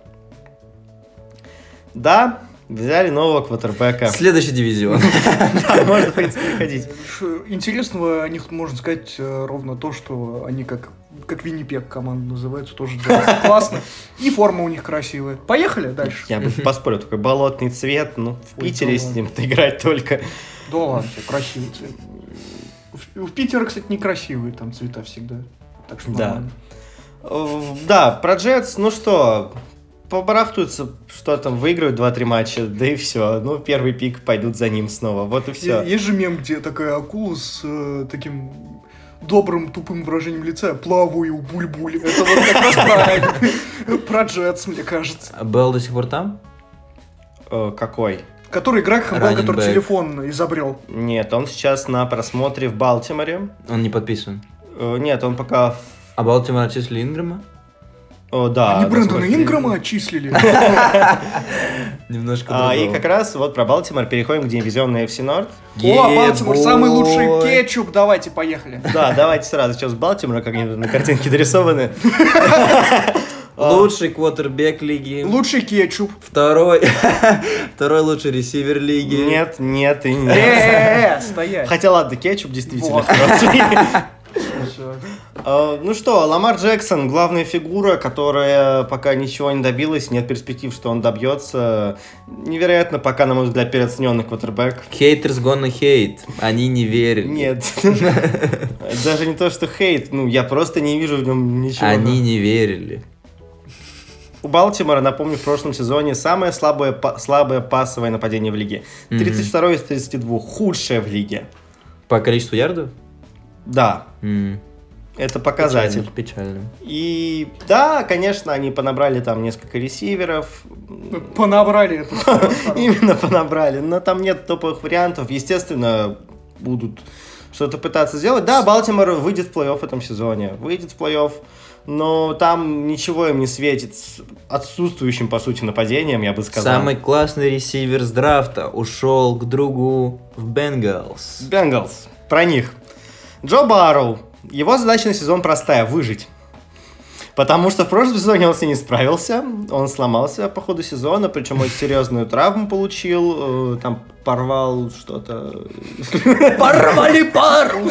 Speaker 1: Да, взяли нового квотербека.
Speaker 3: Следующий дивизион.
Speaker 1: Да, можно, в принципе, приходить.
Speaker 2: Интересного о них можно сказать ровно то, что они как, как Виннипег команда называются, тоже классно. И форма у них красивая. Поехали дальше.
Speaker 1: Я бы поспорил, такой болотный цвет, ну, в Питере с ним-то играть только.
Speaker 2: Да ладно, красивый цвет. В Питере, кстати, некрасивые там цвета всегда. Так что нормально.
Speaker 1: Да, про Джетс, ну что... Побарахтуются, что там, выиграют два-три матча, да и все. Ну, первый пик, пойдут за ним снова. Вот и все.
Speaker 2: Есть же мем, где такая акула с э, таким добрым, тупым выражением лица. Плаваю, буль-буль. Это вот как раз про, про Джетс, мне кажется.
Speaker 3: А Белл до сих пор там?
Speaker 1: Э, какой?
Speaker 2: Который Грэхэм был, который телефон изобрел.
Speaker 1: Нет, он сейчас на просмотре в Балтиморе.
Speaker 3: Он не подписан?
Speaker 1: Э, нет, он пока...
Speaker 3: А Балтимор отчислили Ингрэма?
Speaker 1: О, да.
Speaker 2: Они Брэндона
Speaker 1: насколько-
Speaker 2: Инграма отчислили.
Speaker 3: Немножко
Speaker 1: А, и
Speaker 3: другого.
Speaker 1: как раз вот про Балтимор переходим к дивизионной эф си Норд.
Speaker 2: О, Балтимор,
Speaker 3: Е-бой.
Speaker 2: самый лучший кетчуп, давайте, поехали.
Speaker 1: Да, давайте сразу. Сейчас Балтимора, как они на картинке дорисованы.
Speaker 3: Лучший квотербек лиги.
Speaker 2: Лучший кетчуп.
Speaker 3: Второй. Второй лучший ресивер лиги.
Speaker 1: Нет, нет и нет.
Speaker 2: Э-э-э, стоять.
Speaker 1: Хотя ладно, кетчуп действительно
Speaker 2: Вот.
Speaker 1: хороший.
Speaker 2: Всё.
Speaker 1: А, Ну что, Ламар Джексон, главная фигура, которая пока ничего не добилась, нет перспектив, что он добьется. Невероятно, пока, на мой взгляд, переоцененный квотербек.
Speaker 3: Haters gonna hate. Они не верили.
Speaker 1: Нет. Даже не то, что хейт, ну, я просто не вижу в нем ничего.
Speaker 3: Они не верили.
Speaker 1: У Балтимора, напомню, в прошлом сезоне самое слабое, па- слабое пасовое нападение в лиге. тридцать второе из тридцати двух. Худшее в лиге.
Speaker 3: По количеству ярдов?
Speaker 1: Да,
Speaker 3: М,
Speaker 1: это показатель.
Speaker 3: Печально. Печально.
Speaker 1: И да, конечно, они понабрали там несколько ресиверов.
Speaker 2: Понабрали это.
Speaker 1: Именно понабрали. Но там нет топовых вариантов. Естественно, будут что-то пытаться сделать. Да, Балтимор выйдет в плей-офф в этом сезоне. Выйдет в плей-офф. Но там ничего им не светит с отсутствующим, по сути, нападением, я бы сказал.
Speaker 3: Самый классный ресивер с драфта ушел к другу в Бенгалс.
Speaker 1: Бенгалс. Про них. Джо Барроу. Его задача на сезон простая – выжить. Потому что в прошлом сезоне он с ней не справился. Он сломался по ходу сезона, причем очень серьезную травму получил. э, Там порвал что-то.
Speaker 2: Порвали парус!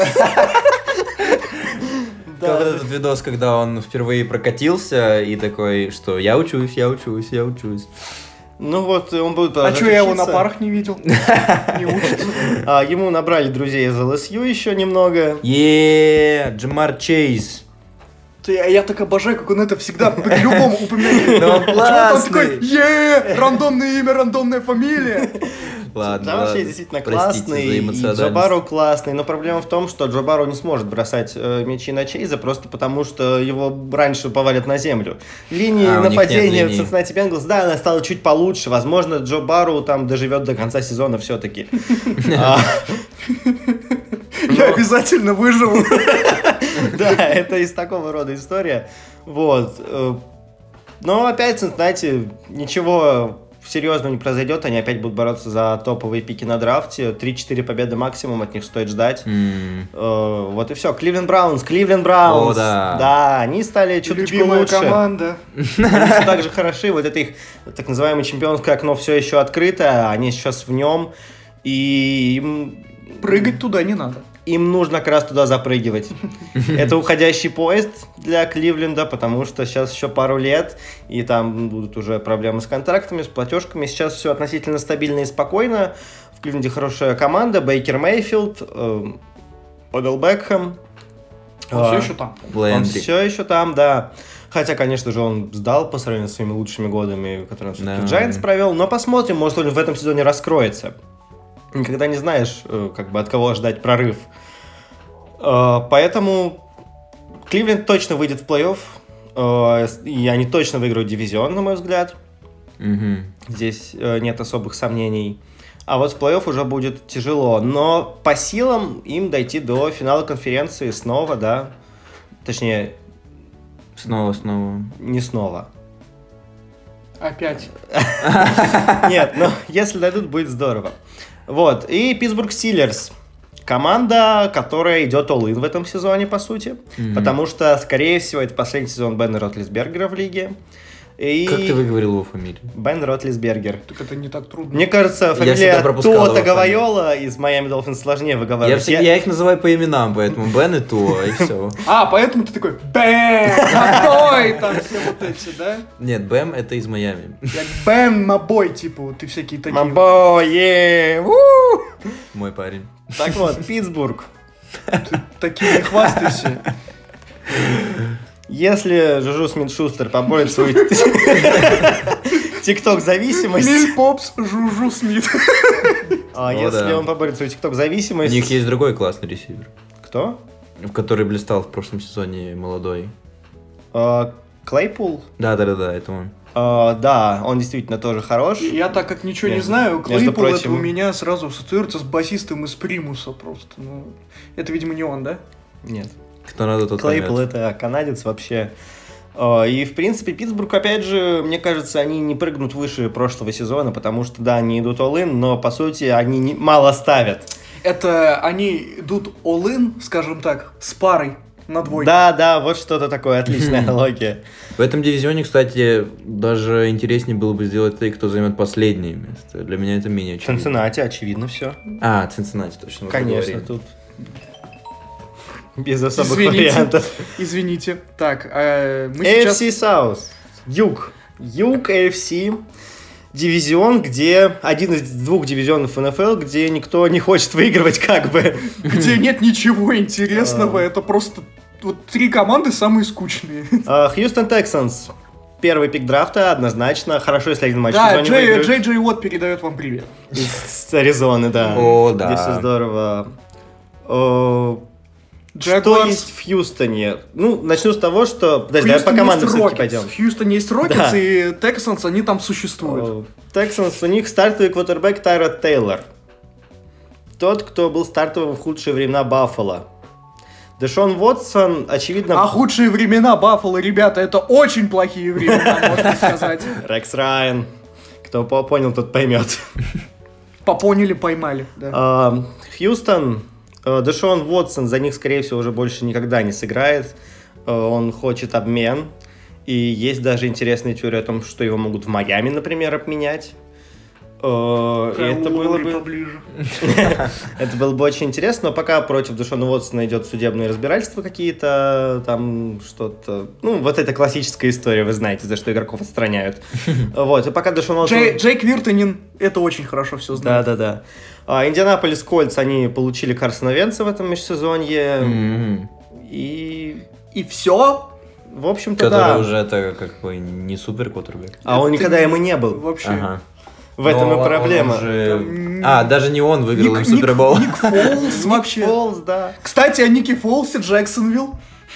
Speaker 3: Как вот этот видос, когда он впервые прокатился и такой, что я учусь, я учусь, я учусь.
Speaker 1: Ну вот, он будет
Speaker 2: А
Speaker 1: продолжать
Speaker 2: что, я его на
Speaker 1: учиться.
Speaker 2: парах не видел? Не учится.
Speaker 1: А, ему набрали друзей из эл эс ю еще немного.
Speaker 3: Еее, Джамар Чейз.
Speaker 2: Ты- Я так обожаю, как он это всегда при любом упоминании.
Speaker 3: Да он
Speaker 2: Почему-то он такой,
Speaker 3: классный.
Speaker 2: е рандомное имя, рандомная фамилия.
Speaker 3: Ладно,
Speaker 1: Джамар
Speaker 3: ладно.
Speaker 1: Чейз действительно
Speaker 3: Простите
Speaker 1: классный,
Speaker 3: за
Speaker 1: и
Speaker 3: эмоциональность.
Speaker 1: Джо Барроу классный, но проблема в том, что Джо Барроу не сможет бросать э, мячи на Чейза, просто потому что его раньше повалят на землю. Линии
Speaker 3: А, у них нет
Speaker 1: нападения в
Speaker 3: линии.
Speaker 1: Cincinnati Bengals, да, она стала чуть получше, возможно, Джо Барроу там доживет до конца сезона все-таки.
Speaker 2: Я обязательно выживу.
Speaker 1: Да, это из такого рода история. Вот. э, Но опять Cincinnati ничего серьезного не произойдет, они опять будут бороться за топовые пики на драфте. три-четыре победы максимум от них стоит ждать.
Speaker 3: М,
Speaker 1: Э, Вот и все. Кливленд Браунс, Кливленд Браунс.
Speaker 3: О, да.
Speaker 1: Да, они стали чуточку
Speaker 2: Любимая
Speaker 1: лучше.
Speaker 2: команда.
Speaker 1: Они все так же хороши. Вот это их так называемое чемпионское окно все еще открыто. Они сейчас в нем. И им,
Speaker 2: Прыгать туда не надо.
Speaker 1: им нужно как раз туда запрыгивать. Это уходящий поезд для Кливленда, потому что сейчас еще пару лет, и там будут уже проблемы с контрактами, с платежками. Сейчас все относительно стабильно и спокойно. В Кливленде хорошая команда. Бейкер Мейфилд, э, Одел Бекхэм.
Speaker 2: Он
Speaker 1: А,
Speaker 2: все еще там.
Speaker 1: Он
Speaker 3: Лэндри.
Speaker 1: все еще там, да. Хотя, конечно же, он сдал по сравнению с своими лучшими годами, которые он все-таки в
Speaker 3: Да.
Speaker 1: Giants провел. Но посмотрим, может, он в этом сезоне раскроется. Никогда не знаешь, э, как бы от кого ждать прорыв. Э, Поэтому Кливленд точно выйдет в плей-офф. э, И они точно выиграют дивизион, на мой взгляд.
Speaker 3: Мгм.
Speaker 1: Здесь э, нет особых сомнений. А вот в плей-офф уже будет тяжело. Но по силам им дойти до финала конференции снова, да. Точнее,
Speaker 3: Снова, снова.
Speaker 1: не снова.
Speaker 2: Опять.
Speaker 1: Нет, но если дойдут, будет здорово. Вот, и Питтсбург Стиллерс. Команда, которая идет all-in в этом сезоне, по сути.
Speaker 3: Мгм.
Speaker 1: Потому что, скорее всего, это последний сезон Бена Ротлисбергера в лиге. И...
Speaker 3: Как ты выговорил его фамилию?
Speaker 1: Бен Ротлисбергер.
Speaker 2: Так это не так трудно.
Speaker 1: Мне кажется,
Speaker 3: всегда
Speaker 1: фамилия
Speaker 3: пропускал
Speaker 1: Туа
Speaker 3: его
Speaker 1: Таговайола из Майами Долфинс сложнее
Speaker 3: Я,
Speaker 1: выговаривать.
Speaker 3: все- я их называю по именам, поэтому Бен и Туа, и все.
Speaker 2: А, поэтому ты такой, бэм, мабой, там все вот эти, да?
Speaker 3: Нет, Бэм это из Майами.
Speaker 2: Как бэм, мабой, типа, вот и всякие такие.
Speaker 1: Мамбо, е, у!
Speaker 3: Мой парень.
Speaker 1: Так вот, Питтсбург.
Speaker 2: Ты такие не хвастайся.
Speaker 1: Если Жужу Смит-Шустер поборет свою тикток-зависимость,
Speaker 2: Лиль Попс, Жужу Смит.
Speaker 1: а
Speaker 3: О,
Speaker 1: если
Speaker 3: да.
Speaker 1: он поборет свою
Speaker 3: У
Speaker 1: тикток-зависимость...
Speaker 3: них есть другой классный ресивер,
Speaker 1: Кто?
Speaker 3: в который блистал в прошлом сезоне молодой.
Speaker 1: А, Клейпул?
Speaker 3: Да-да-да, это он.
Speaker 1: А, да, он действительно тоже хорош.
Speaker 2: Я так как ничего не
Speaker 1: Между-
Speaker 2: знаю,
Speaker 1: между
Speaker 2: Клейпул это
Speaker 1: прочим-
Speaker 2: у меня сразу ассоциируется с басистом из Примуса просто. Ну, это, видимо, не он, да?
Speaker 1: Нет.
Speaker 3: Кто надо, тот
Speaker 1: Клейпл
Speaker 3: поймет.
Speaker 1: это канадец вообще. И, в принципе, Питтсбург, опять же, мне кажется, они не прыгнут выше прошлого сезона, потому что, да, они идут all-in, но, по сути, они не, мало ставят.
Speaker 2: Это они идут all-in, скажем так, с парой на двойку.
Speaker 1: Да, да, вот что-то такое, отличная аналогия.
Speaker 3: В этом дивизионе, кстати, даже интереснее было бы сделать то, кто займет последнее место. Для меня это менее очевидно.
Speaker 1: Цинциннати, очевидно, все.
Speaker 3: А, Цинциннати, точно.
Speaker 1: Конечно, тут без особых
Speaker 2: Извините.
Speaker 1: вариантов.
Speaker 2: Извините. Так, э, мы
Speaker 1: эй эф
Speaker 2: сейчас...
Speaker 1: си South. Юг. Юг эй эф си. Дивизион, где один из двух дивизионов эн эф эл, где никто не хочет выигрывать, как бы.
Speaker 2: Где нет ничего интересного, это просто вот три команды самые скучные.
Speaker 1: Хьюстон Texans. Первый пик драфта, однозначно. Хорошо, если один матч в
Speaker 2: Да,
Speaker 1: сезоне
Speaker 2: Джей,
Speaker 1: выиграют.
Speaker 2: Джей Джей Уотт передает вам привет.
Speaker 1: Из Аризоны, да.
Speaker 3: О, да.
Speaker 1: Здесь все здорово. О, Что
Speaker 2: Jaguars.
Speaker 1: есть в Хьюстоне? Ну, начну с того, что...
Speaker 2: В
Speaker 1: Подожди, давай по
Speaker 2: Хьюстоне
Speaker 1: командам
Speaker 2: есть
Speaker 1: все-таки
Speaker 2: Rockets.
Speaker 1: пойдем.
Speaker 2: В Хьюстоне есть Рокетс,
Speaker 1: Да.
Speaker 2: и Texans, они там существуют.
Speaker 1: Texans, у них стартовый квотербек Тайрод Тейлор. Тот, кто был стартовым в худшие времена Баффало. Дэшон Уотсон, очевидно...
Speaker 2: А худшие времена Баффало, ребята, это очень плохие времена, можно сказать.
Speaker 1: Рекс Райан. Кто по- понял, тот поймет.
Speaker 2: Попоняли, поймали. Да.
Speaker 1: А, Хьюстон, э, Дэшон Уотсон за них, скорее всего, уже больше никогда не сыграет. Э, Он хочет обмен. И есть даже интересные теории о том, что его могут в Майами, например, обменять. Э, И это было бы...
Speaker 2: поближе.
Speaker 1: Это было бы очень интересно, но пока против Дэшона Уотсона идет судебные разбирательства какие-то, там что-то... Ну, вот эта классическая история, вы знаете, за что игроков отстраняют. Вот, и пока Дэшон Уотсон...
Speaker 2: Джей, Джейк Виртанин это очень хорошо все знает.
Speaker 1: Да-да-да. А, Индианаполис Кольтс, они получили Карсона Венца в этом межсезонье.
Speaker 3: М-м.
Speaker 1: И,
Speaker 2: И все?
Speaker 1: в общем-то,
Speaker 3: Который
Speaker 1: да.
Speaker 3: уже это как бы не супер квотербек.
Speaker 1: А он
Speaker 2: Это
Speaker 1: никогда
Speaker 2: не-
Speaker 1: им и не был.
Speaker 2: Вообще.
Speaker 3: Ага.
Speaker 1: В этом
Speaker 3: Но
Speaker 1: и
Speaker 3: он
Speaker 1: проблема.
Speaker 3: же-
Speaker 2: Там-
Speaker 3: А, даже не он выиграл им
Speaker 2: Ник-
Speaker 3: Супербол.
Speaker 2: Ник, Ник Фолс вообще.
Speaker 1: Фолс, да.
Speaker 2: Кстати, о Нике Фолсе Джексонвилл.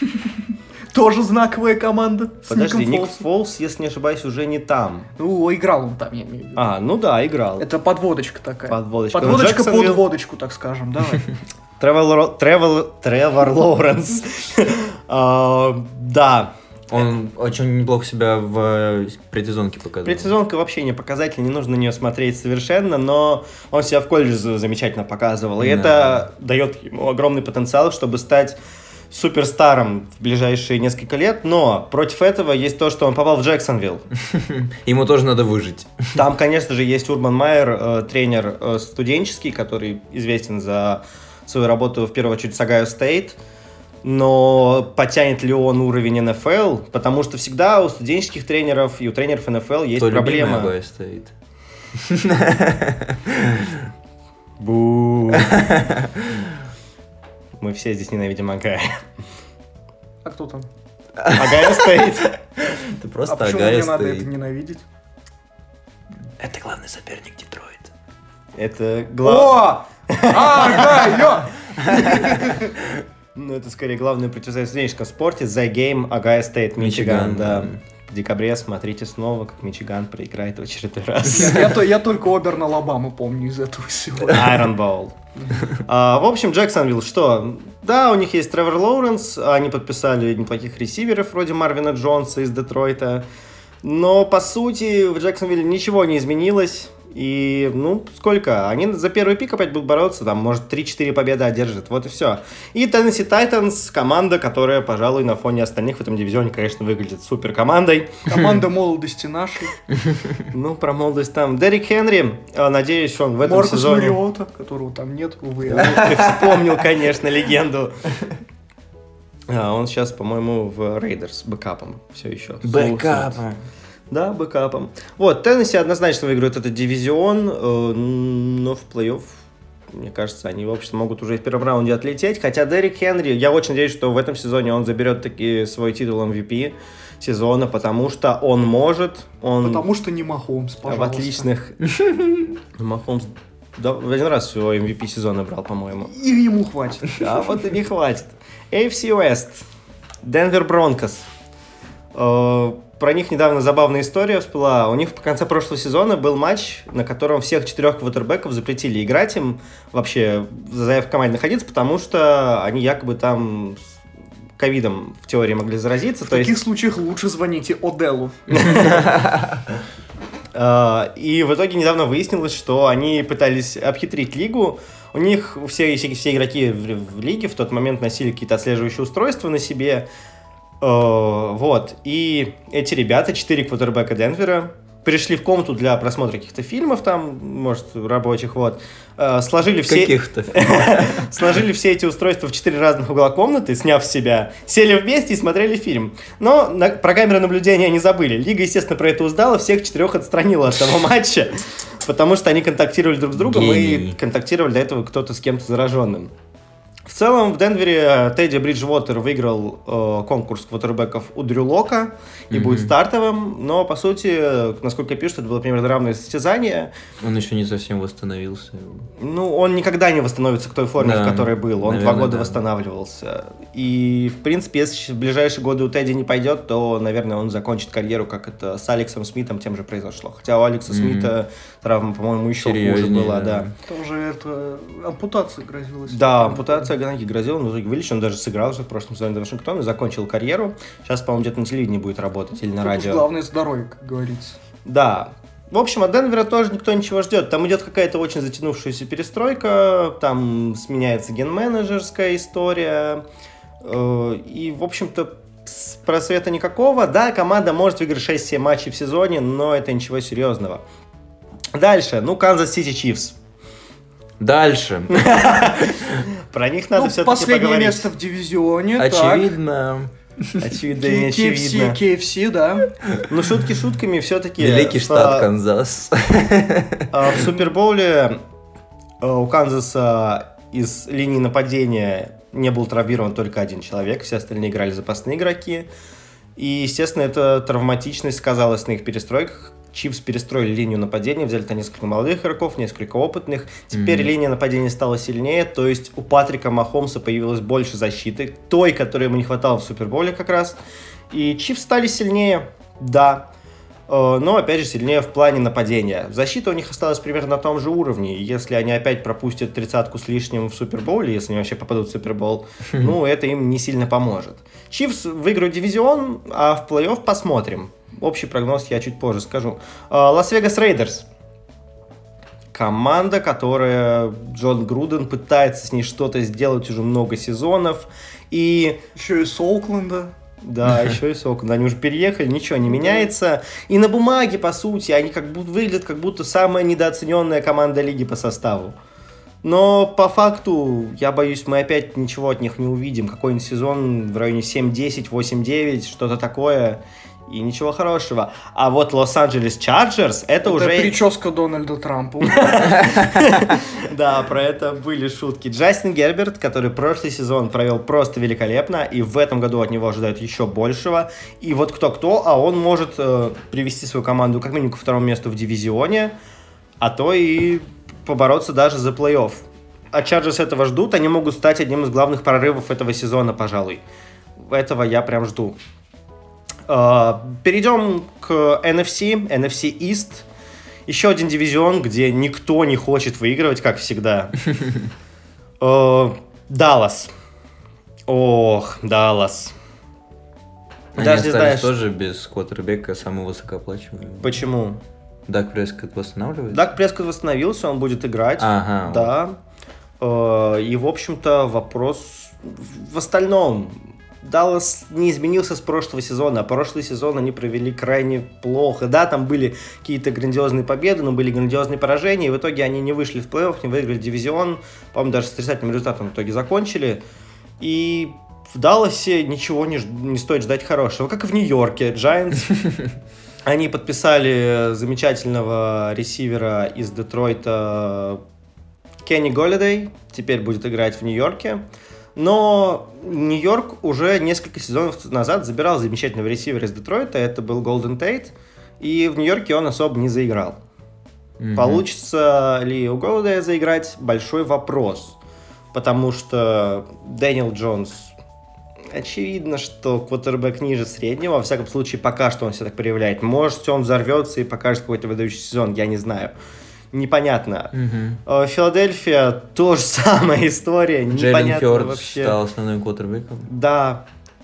Speaker 2: Тоже знаковая команда. с
Speaker 1: Подожди,
Speaker 2: Ником
Speaker 1: Ник
Speaker 2: Фолсом.
Speaker 1: Фолс, если не ошибаюсь, уже не там.
Speaker 2: Ну, играл он там, я имею в виду.
Speaker 1: А, ну да, играл.
Speaker 2: Это подводочка такая.
Speaker 1: Подводочка.
Speaker 2: Подводочка под
Speaker 1: Джексонвилл.
Speaker 2: водочку, так скажем, давай.
Speaker 1: Тревор, Тревор, Тревор Лоуренс. А, Да.
Speaker 3: Он очень неплохо себя в предсезонке показал.
Speaker 1: Предсезонка вообще не показатель, не нужно на нее смотреть совершенно, но он себя в колледже замечательно показывал. И
Speaker 3: Да.
Speaker 1: это дает ему огромный потенциал, чтобы стать суперстаром в ближайшие несколько лет. Но против этого есть то, что он попал в Джексонвилл.
Speaker 3: Ему тоже надо выжить.
Speaker 1: Там, конечно же, есть Урбан Майер, э, тренер э, студенческий, который известен за свою работу в первую очередь с Огайо Стейт. Но потянет ли он уровень эн эф эл? Потому что всегда у студенческих тренеров и у тренеров эн эф эл есть
Speaker 3: Кто
Speaker 1: проблема.
Speaker 3: любимый Огайо стоит.
Speaker 1: Бу. Мы все здесь ненавидим Огайо.
Speaker 2: А кто там?
Speaker 1: Огайо Стейт.
Speaker 3: Это просто
Speaker 2: А почему
Speaker 3: Огайо
Speaker 2: мне надо это
Speaker 3: стоит.
Speaker 2: ненавидеть?
Speaker 3: Это главный соперник Детройта.
Speaker 1: Это главное.
Speaker 2: О! Огайо!
Speaker 1: Ну, это скорее главное противостояние в студенческом спорте. The Game Огайо Стейт, Мичиган,
Speaker 3: Мичиган,
Speaker 1: да.
Speaker 3: да.
Speaker 1: В декабре смотрите снова, как Мичиган проиграет в очередной раз.
Speaker 2: Я, то- я только Оберн Алабаму помню из этого всего.
Speaker 1: Iron Bowl. А, в общем, Джексонвилл, что? Да, у них есть Тревор Лоуренс, они подписали неплохих ресиверов вроде Марвина Джонса из Детройта, но, по сути, в Джексонвилле ничего не изменилось. И, ну, сколько? Они за первый пик опять будут бороться, там, может, три-четыре победы одержат, вот и все. И Tennessee Titans, команда, которая, пожалуй, на фоне остальных в этом дивизионе, конечно, выглядит супер командой.
Speaker 2: Команда молодости нашей.
Speaker 1: Ну, про молодость там. Деррик Хенри, а, надеюсь, он в этом
Speaker 2: Маркус
Speaker 1: сезоне...
Speaker 2: Мариота, которого там нет, увы.
Speaker 1: Ты вспомнил, конечно, легенду. А, он сейчас, по-моему, в Рейдерс бэкапом все еще.
Speaker 3: Бэкапа.
Speaker 1: Да, бэкапом. Вот, Теннесси однозначно выиграют этот дивизион, э, но в плей-офф, мне кажется, они, в общем, могут уже в первом раунде отлететь. Хотя Деррик Хенри, я очень надеюсь, что в этом сезоне он заберет таки свой титул эм ви пи сезона, потому что он может, он
Speaker 2: Потому что не Махомс,
Speaker 1: в
Speaker 2: пожалуйста.
Speaker 1: отличных... Махомс да, в один раз всего эм ви пи сезона брал, по-моему.
Speaker 2: И ему хватит.
Speaker 1: А вот и не хватит. эй эф си West. Денвер Бронкос. Э, Про них недавно забавная история всплыла. У них в конце прошлого сезона был матч, на котором всех четырех квотербеков запретили играть им, вообще в команде находиться, потому что они якобы там ковидом в теории могли заразиться.
Speaker 2: В
Speaker 1: то
Speaker 2: таких
Speaker 1: есть...
Speaker 2: случаях лучше звоните Оделлу.
Speaker 1: И в итоге недавно выяснилось, что они пытались обхитрить лигу. У них все, все игроки в, в лиге в тот момент носили какие-то отслеживающие устройства на себе. Вот. И эти ребята, четыре квотербека Денвера, пришли в комнату для просмотра каких-то фильмов там, может, рабочих, вот. Сложили все...
Speaker 3: Каких-то
Speaker 1: Сложили все эти устройства в четыре разных угла комнаты, сняв с себя, сели вместе и смотрели фильм. Но на... про камеры наблюдения они забыли. Лига, естественно, про это узнала, всех четырех отстранила от того матча, потому что они контактировали друг с другом и контактировали до этого кто-то с кем-то зараженным. В целом, в Денвере Тедди Бриджвотер выиграл э, конкурс квотербеков у Дрю Лока и mm-hmm. будет стартовым, но, по сути, насколько пишут, это было примерно равное состязание.
Speaker 3: Он еще не совсем восстановился.
Speaker 1: Ну, он никогда не восстановится к той форме,
Speaker 3: да,
Speaker 1: в которой был. Он
Speaker 3: наверное,
Speaker 1: два года
Speaker 3: да.
Speaker 1: восстанавливался. И, в принципе, если в ближайшие годы у Тедди не пойдет, то, наверное, он закончит карьеру, как это с Алексом Смитом тем же произошло. Хотя у Алекса mm-hmm. Смита травма, по-моему, еще
Speaker 3: серьезнее,
Speaker 1: хуже была,
Speaker 3: да.
Speaker 1: да.
Speaker 2: Там же это ампутация грозилась.
Speaker 1: Да, ампутация ноги грозила, но в итоге вылечил, он даже сыграл уже в прошлом сезоне до Вашингтона, закончил карьеру. Сейчас, по-моему, где-то на телевидении будет работать или на
Speaker 2: Тут
Speaker 1: радио.
Speaker 2: Главное здоровье, как говорится.
Speaker 1: Да. В общем, от Денвера тоже никто ничего ждет. Там идет какая-то очень затянувшаяся перестройка, там сменяется ген-менеджерская история. И, в общем-то, просвета никакого. Да, команда может выиграть шесть-семь матчей в сезоне, но это ничего серьезного. Дальше, ну, Канзас-Сити Чифс.
Speaker 3: Дальше.
Speaker 1: Про них надо
Speaker 2: ну,
Speaker 1: все-таки
Speaker 2: последнее
Speaker 1: поговорить.
Speaker 2: место в дивизионе.
Speaker 3: Очевидно.
Speaker 1: Очевидно и не очевидно.
Speaker 2: кей эф си, да.
Speaker 1: Ну, шутки шутками, все-таки...
Speaker 3: Великий
Speaker 1: в,
Speaker 3: штат Канзас.
Speaker 1: В Супербоуле у Канзаса из линии нападения не был травмирован только один человек, все остальные играли запасные игроки. И, естественно, эта травматичность сказалась на их перестройках. Чифс перестроили линию нападения, взяли там несколько молодых игроков, несколько опытных. Теперь mm-hmm. линия нападения стала сильнее, то есть у Патрика Махомса появилось больше защиты, той, которой ему не хватало в Суперболе как раз. И Чифс стали сильнее, да, но опять же сильнее в плане нападения. Защита у них осталась примерно на том же уровне. Если они опять пропустят тридцатку с лишним в Суперболе, если они вообще попадут в Супербол, ну это им не сильно поможет. Чифс выиграют дивизион, а в плей-офф посмотрим. Общий прогноз я чуть позже скажу. Лас-Вегас Рейдерс. Команда, которая... Джон Груден пытается с ней что-то сделать уже много сезонов. И...
Speaker 2: Еще и с Окленда.
Speaker 1: Да, еще и с Окленда. Они уже переехали, ничего не меняется. И на бумаге, по сути, они как будто выглядят, как будто самая недооцененная команда лиги по составу. Но по факту, я боюсь, мы опять ничего от них не увидим. Какой-нибудь сезон в районе семь-десять, восемь-девять, что-то такое... И ничего хорошего. А вот Лос-Анджелес Чарджерс, это уже...
Speaker 2: Это прическа Дональда Трампа.
Speaker 1: Да, про это были шутки. Джастин Герберт, который прошлый сезон провел просто великолепно, и в этом году от него ожидают еще большего. И вот кто-кто, а он может привести свою команду как минимум ко второму месту в дивизионе, а то и побороться даже за плей-офф. А Чарджерс этого ждут, они могут стать одним из главных прорывов этого сезона, пожалуй. Этого я прям жду. Uh, перейдем к эн эф си, эн эф си East. Еще один дивизион, где никто не хочет выигрывать, как всегда. Даллас. Ох, Даллас.
Speaker 3: Они
Speaker 1: Даже не
Speaker 3: остались
Speaker 1: знаешь...
Speaker 3: тоже без квотербека, самого высокооплачиваемого.
Speaker 1: Почему?
Speaker 3: Даг Прескотт восстанавливается?
Speaker 1: Даг Прескотт восстановился, он будет играть.
Speaker 3: Ага.
Speaker 1: Да. Uh, и, в общем-то, вопрос в остальном... Даллас не изменился с прошлого сезона, а прошлый сезон они провели крайне плохо. Да, там были какие-то грандиозные победы, но были грандиозные поражения, и в итоге они не вышли в плей-офф, не выиграли дивизион, по-моему, даже с отрицательным результатом в итоге закончили. И в Далласе ничего не, не стоит ждать хорошего, как и в Нью-Йорке. Giants, они подписали замечательного ресивера из Детройта Кенни Голлидей, теперь будет играть в Нью-Йорке. Но Нью-Йорк уже несколько сезонов назад забирал замечательного ресивера из Детройта, это был Голден Тейт, и в Нью-Йорке он особо не заиграл. Mm-hmm. Получится ли у Голдена заиграть? Большой вопрос, потому что Дэниел Джонс, очевидно, что квотербек ниже среднего, во всяком случае, пока что он себя так проявляет. Может, он взорвется и покажет какой-то выдающий сезон, я не знаю. Непонятно.
Speaker 3: Угу.
Speaker 1: Филадельфия, тоже самая история.
Speaker 3: Джейлен
Speaker 1: Непонятно
Speaker 3: Хёртс
Speaker 1: вообще.
Speaker 3: стал основным квотербеком.
Speaker 1: Да.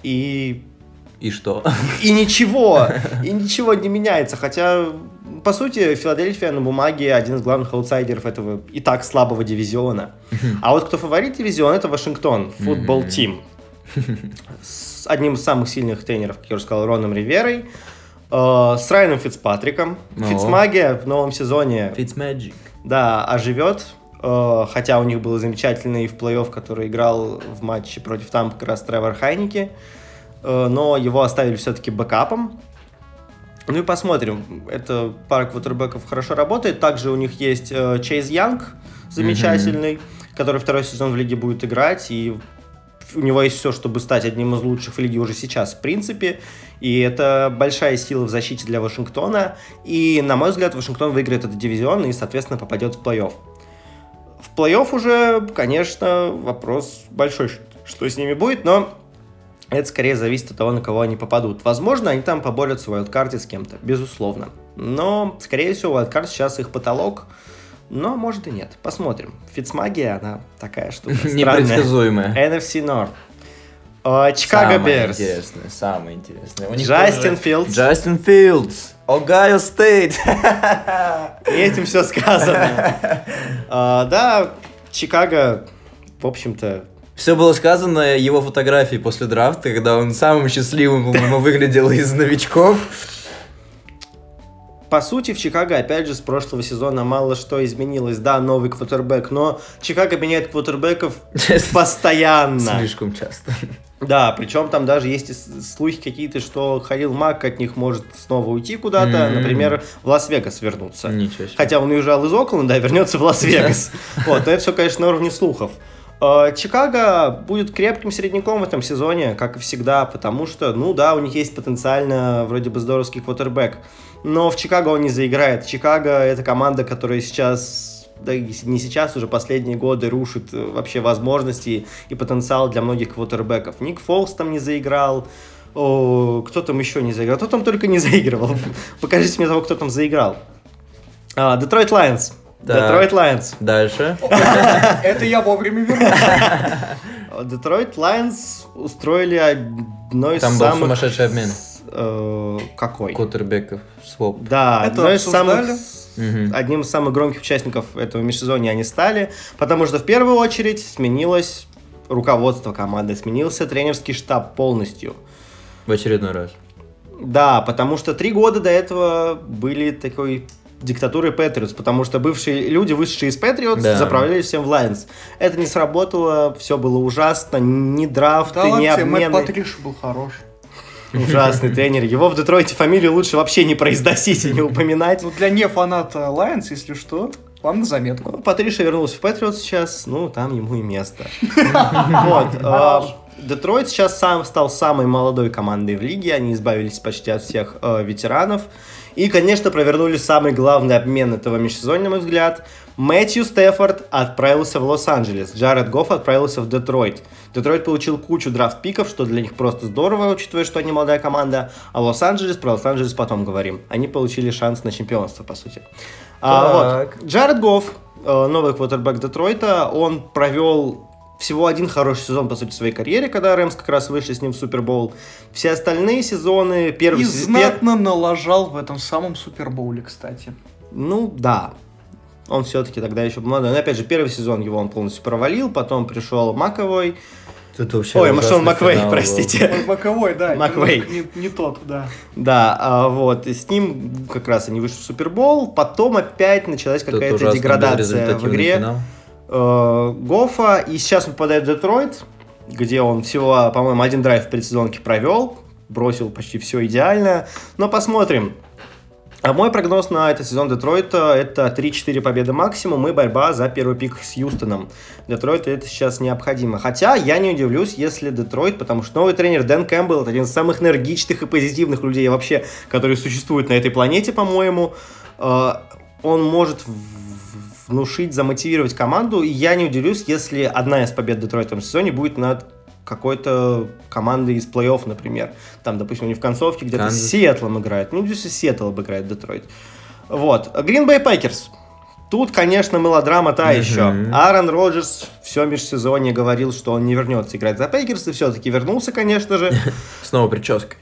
Speaker 1: и...
Speaker 3: И что?
Speaker 1: И ничего, и ничего не меняется, хотя, по сути, Филадельфия на бумаге один из главных аутсайдеров этого и так слабого дивизиона. А вот кто фаворит дивизиона, это Вашингтон, футбол тим. С одним из самых сильных тренеров, как я уже сказал, Роном Риверой, э, с Райаном Фицпатриком. Фицмагия в новом сезоне...
Speaker 3: Фицмэджик.
Speaker 1: Да, оживет. Э, хотя у них был замечательный в плей-офф, который играл в матче против Тампы как раз Тревор Хайники. Но его оставили все-таки бэкапом. Ну и посмотрим. Это пара квотербеков хорошо работает. Также у них есть э, Чейз Янг, замечательный, mm-hmm. который второй сезон в лиге будет играть. И у него есть все, чтобы стать одним из лучших в лиге уже сейчас, в принципе. И это большая сила в защите для Вашингтона. И, на мой взгляд, Вашингтон выиграет этот дивизион и, соответственно, попадет в плей-офф. В плей-офф уже, конечно, вопрос большой, что с ними будет, но... Это скорее зависит от того, на кого они попадут. Возможно, они там поборются в вайлдкарте с кем-то, безусловно. Но, скорее всего, вайлдкарт сейчас их потолок. Но, может и нет. Посмотрим. Фицмагия, она такая штука странная.
Speaker 3: Непредсказуемая.
Speaker 1: эн эф си North. Чикаго Берс.
Speaker 3: Самое интересное, самое интересное.
Speaker 1: Джастин Филдс.
Speaker 3: Джастин Филдс. Огайо Стейт.
Speaker 1: И этим все сказано. Да, Чикаго, в общем-то...
Speaker 3: Все было сказано, его фотографии после драфта, когда он самым счастливым, по-моему, выглядел из новичков.
Speaker 1: По сути, в Чикаго, опять же, с прошлого сезона мало что изменилось. Да, новый квотербек, но Чикаго меняет квотербеков постоянно.
Speaker 3: Слишком часто.
Speaker 1: Да, причем там даже есть слухи какие-то, что Халил Мак от них может снова уйти куда-то, mm-hmm. например, в Лас-Вегас вернуться.
Speaker 3: Ничего себе.
Speaker 1: Хотя он уезжал из Окленда, а вернется в Лас-Вегас. Вот, но это все, конечно, на уровне слухов. Чикаго будет крепким середняком в этом сезоне, как и всегда, потому что, ну да, у них есть потенциально вроде бы здоровский квотербек, но в Чикаго он не заиграет. Чикаго — это команда, которая сейчас, да не сейчас, уже последние годы рушит вообще возможности и потенциал для многих квотербеков. Ник Фолс там не заиграл, о, кто там еще не заиграл, кто там только не заигрывал. Покажите мне того, кто там заиграл. Детройт Лайонс. Детройт Лайонс.
Speaker 3: Дальше.
Speaker 2: Это я вовремя вернулся.
Speaker 1: Детройт Лайонс устроили одно из
Speaker 3: самых... Там был сумасшедший обмен.
Speaker 1: Э, какой?
Speaker 3: Квотербеков, своп.
Speaker 1: Да, одно из самых... Угу. Одним из самых громких участников этого межсезонья они стали, потому что в первую очередь сменилось руководство команды, сменился тренерский штаб полностью.
Speaker 3: В очередной раз.
Speaker 1: Да, потому что три года до этого были такой... диктатуры Патриотс, потому что бывшие люди, вышедшие из Патриотс, да. заправляли всем в Лайонс. Это не сработало, все было ужасно, ни драфты,
Speaker 2: да,
Speaker 1: ни обмены.
Speaker 2: Мэтт Патриши был хорош.
Speaker 1: Ужасный тренер. Его в Детройте фамилию лучше вообще не произносить и не упоминать.
Speaker 2: Ну, для не фаната Лайонс, если что, вам на заметку.
Speaker 1: Ну, Патриша вернулся в Патриотс сейчас, ну, там ему и место. Вот. Детройт сейчас сам стал самой молодой командой в лиге, они избавились почти от всех ветеранов. И, конечно, провернули самый главный обмен этого межсезонья, на мой взгляд. Мэтью Стефорд отправился в Лос-Анджелес, Джаред Гофф отправился в Детройт. Детройт получил кучу драфт-пиков, что для них просто здорово, учитывая, что они молодая команда. А Лос-Анджелес, про Лос-Анджелес потом говорим. Они получили шанс на чемпионство, по сути. А, вот. Джаред Гофф, новый квотербек Детройта, он провел... всего один хороший сезон, по сути, в своей карьере, когда Рэмс как раз вышли с ним в Супербоул. Все остальные сезоны... Первый
Speaker 2: И
Speaker 1: сезон...
Speaker 2: знатно налажал в этом самом Супербоуле, кстати.
Speaker 1: Ну, да. Он все-таки тогда еще был молодой. Но, опять же, первый сезон его он полностью провалил, потом пришел Маковой. Ой, Машон Маквей, простите.
Speaker 2: Маковой, да.
Speaker 1: Маквей.
Speaker 2: Не, не тот, да.
Speaker 1: Да, а, вот. И с ним как раз они вышли в Супербоул. Потом опять началась какая-то деградация в игре. Финал. Гоффа, и сейчас он попадает в Детройт, где он всего, по-моему, один драйв в предсезонке провел, бросил почти все идеально, но посмотрим. А мой прогноз на этот сезон Детройта — это три-четыре победы максимум и борьба за первый пик с Хьюстоном. Детройту это сейчас необходимо. Хотя я не удивлюсь, если Детройт, потому что новый тренер Дэн Кэмпбелл — это один из самых энергичных и позитивных людей вообще, которые существуют на этой планете, по-моему. Он может внушить, замотивировать команду, и я не удивлюсь, если одна из побед Детройта в этом сезоне будет над какой-то командой из плей-офф, например. Там, допустим, они в концовке где-то
Speaker 3: Канзас.
Speaker 1: с Сиэтлом играют. Ну, если Сиэтл обыграет Детройт. Вот. Green Bay Packers. Тут, конечно, мелодрама та
Speaker 3: Мгм.
Speaker 1: еще. Аарон Роджерс все межсезонье говорил, что он не вернется играть за Пейкерс, и все-таки вернулся, конечно же.
Speaker 3: Снова прической.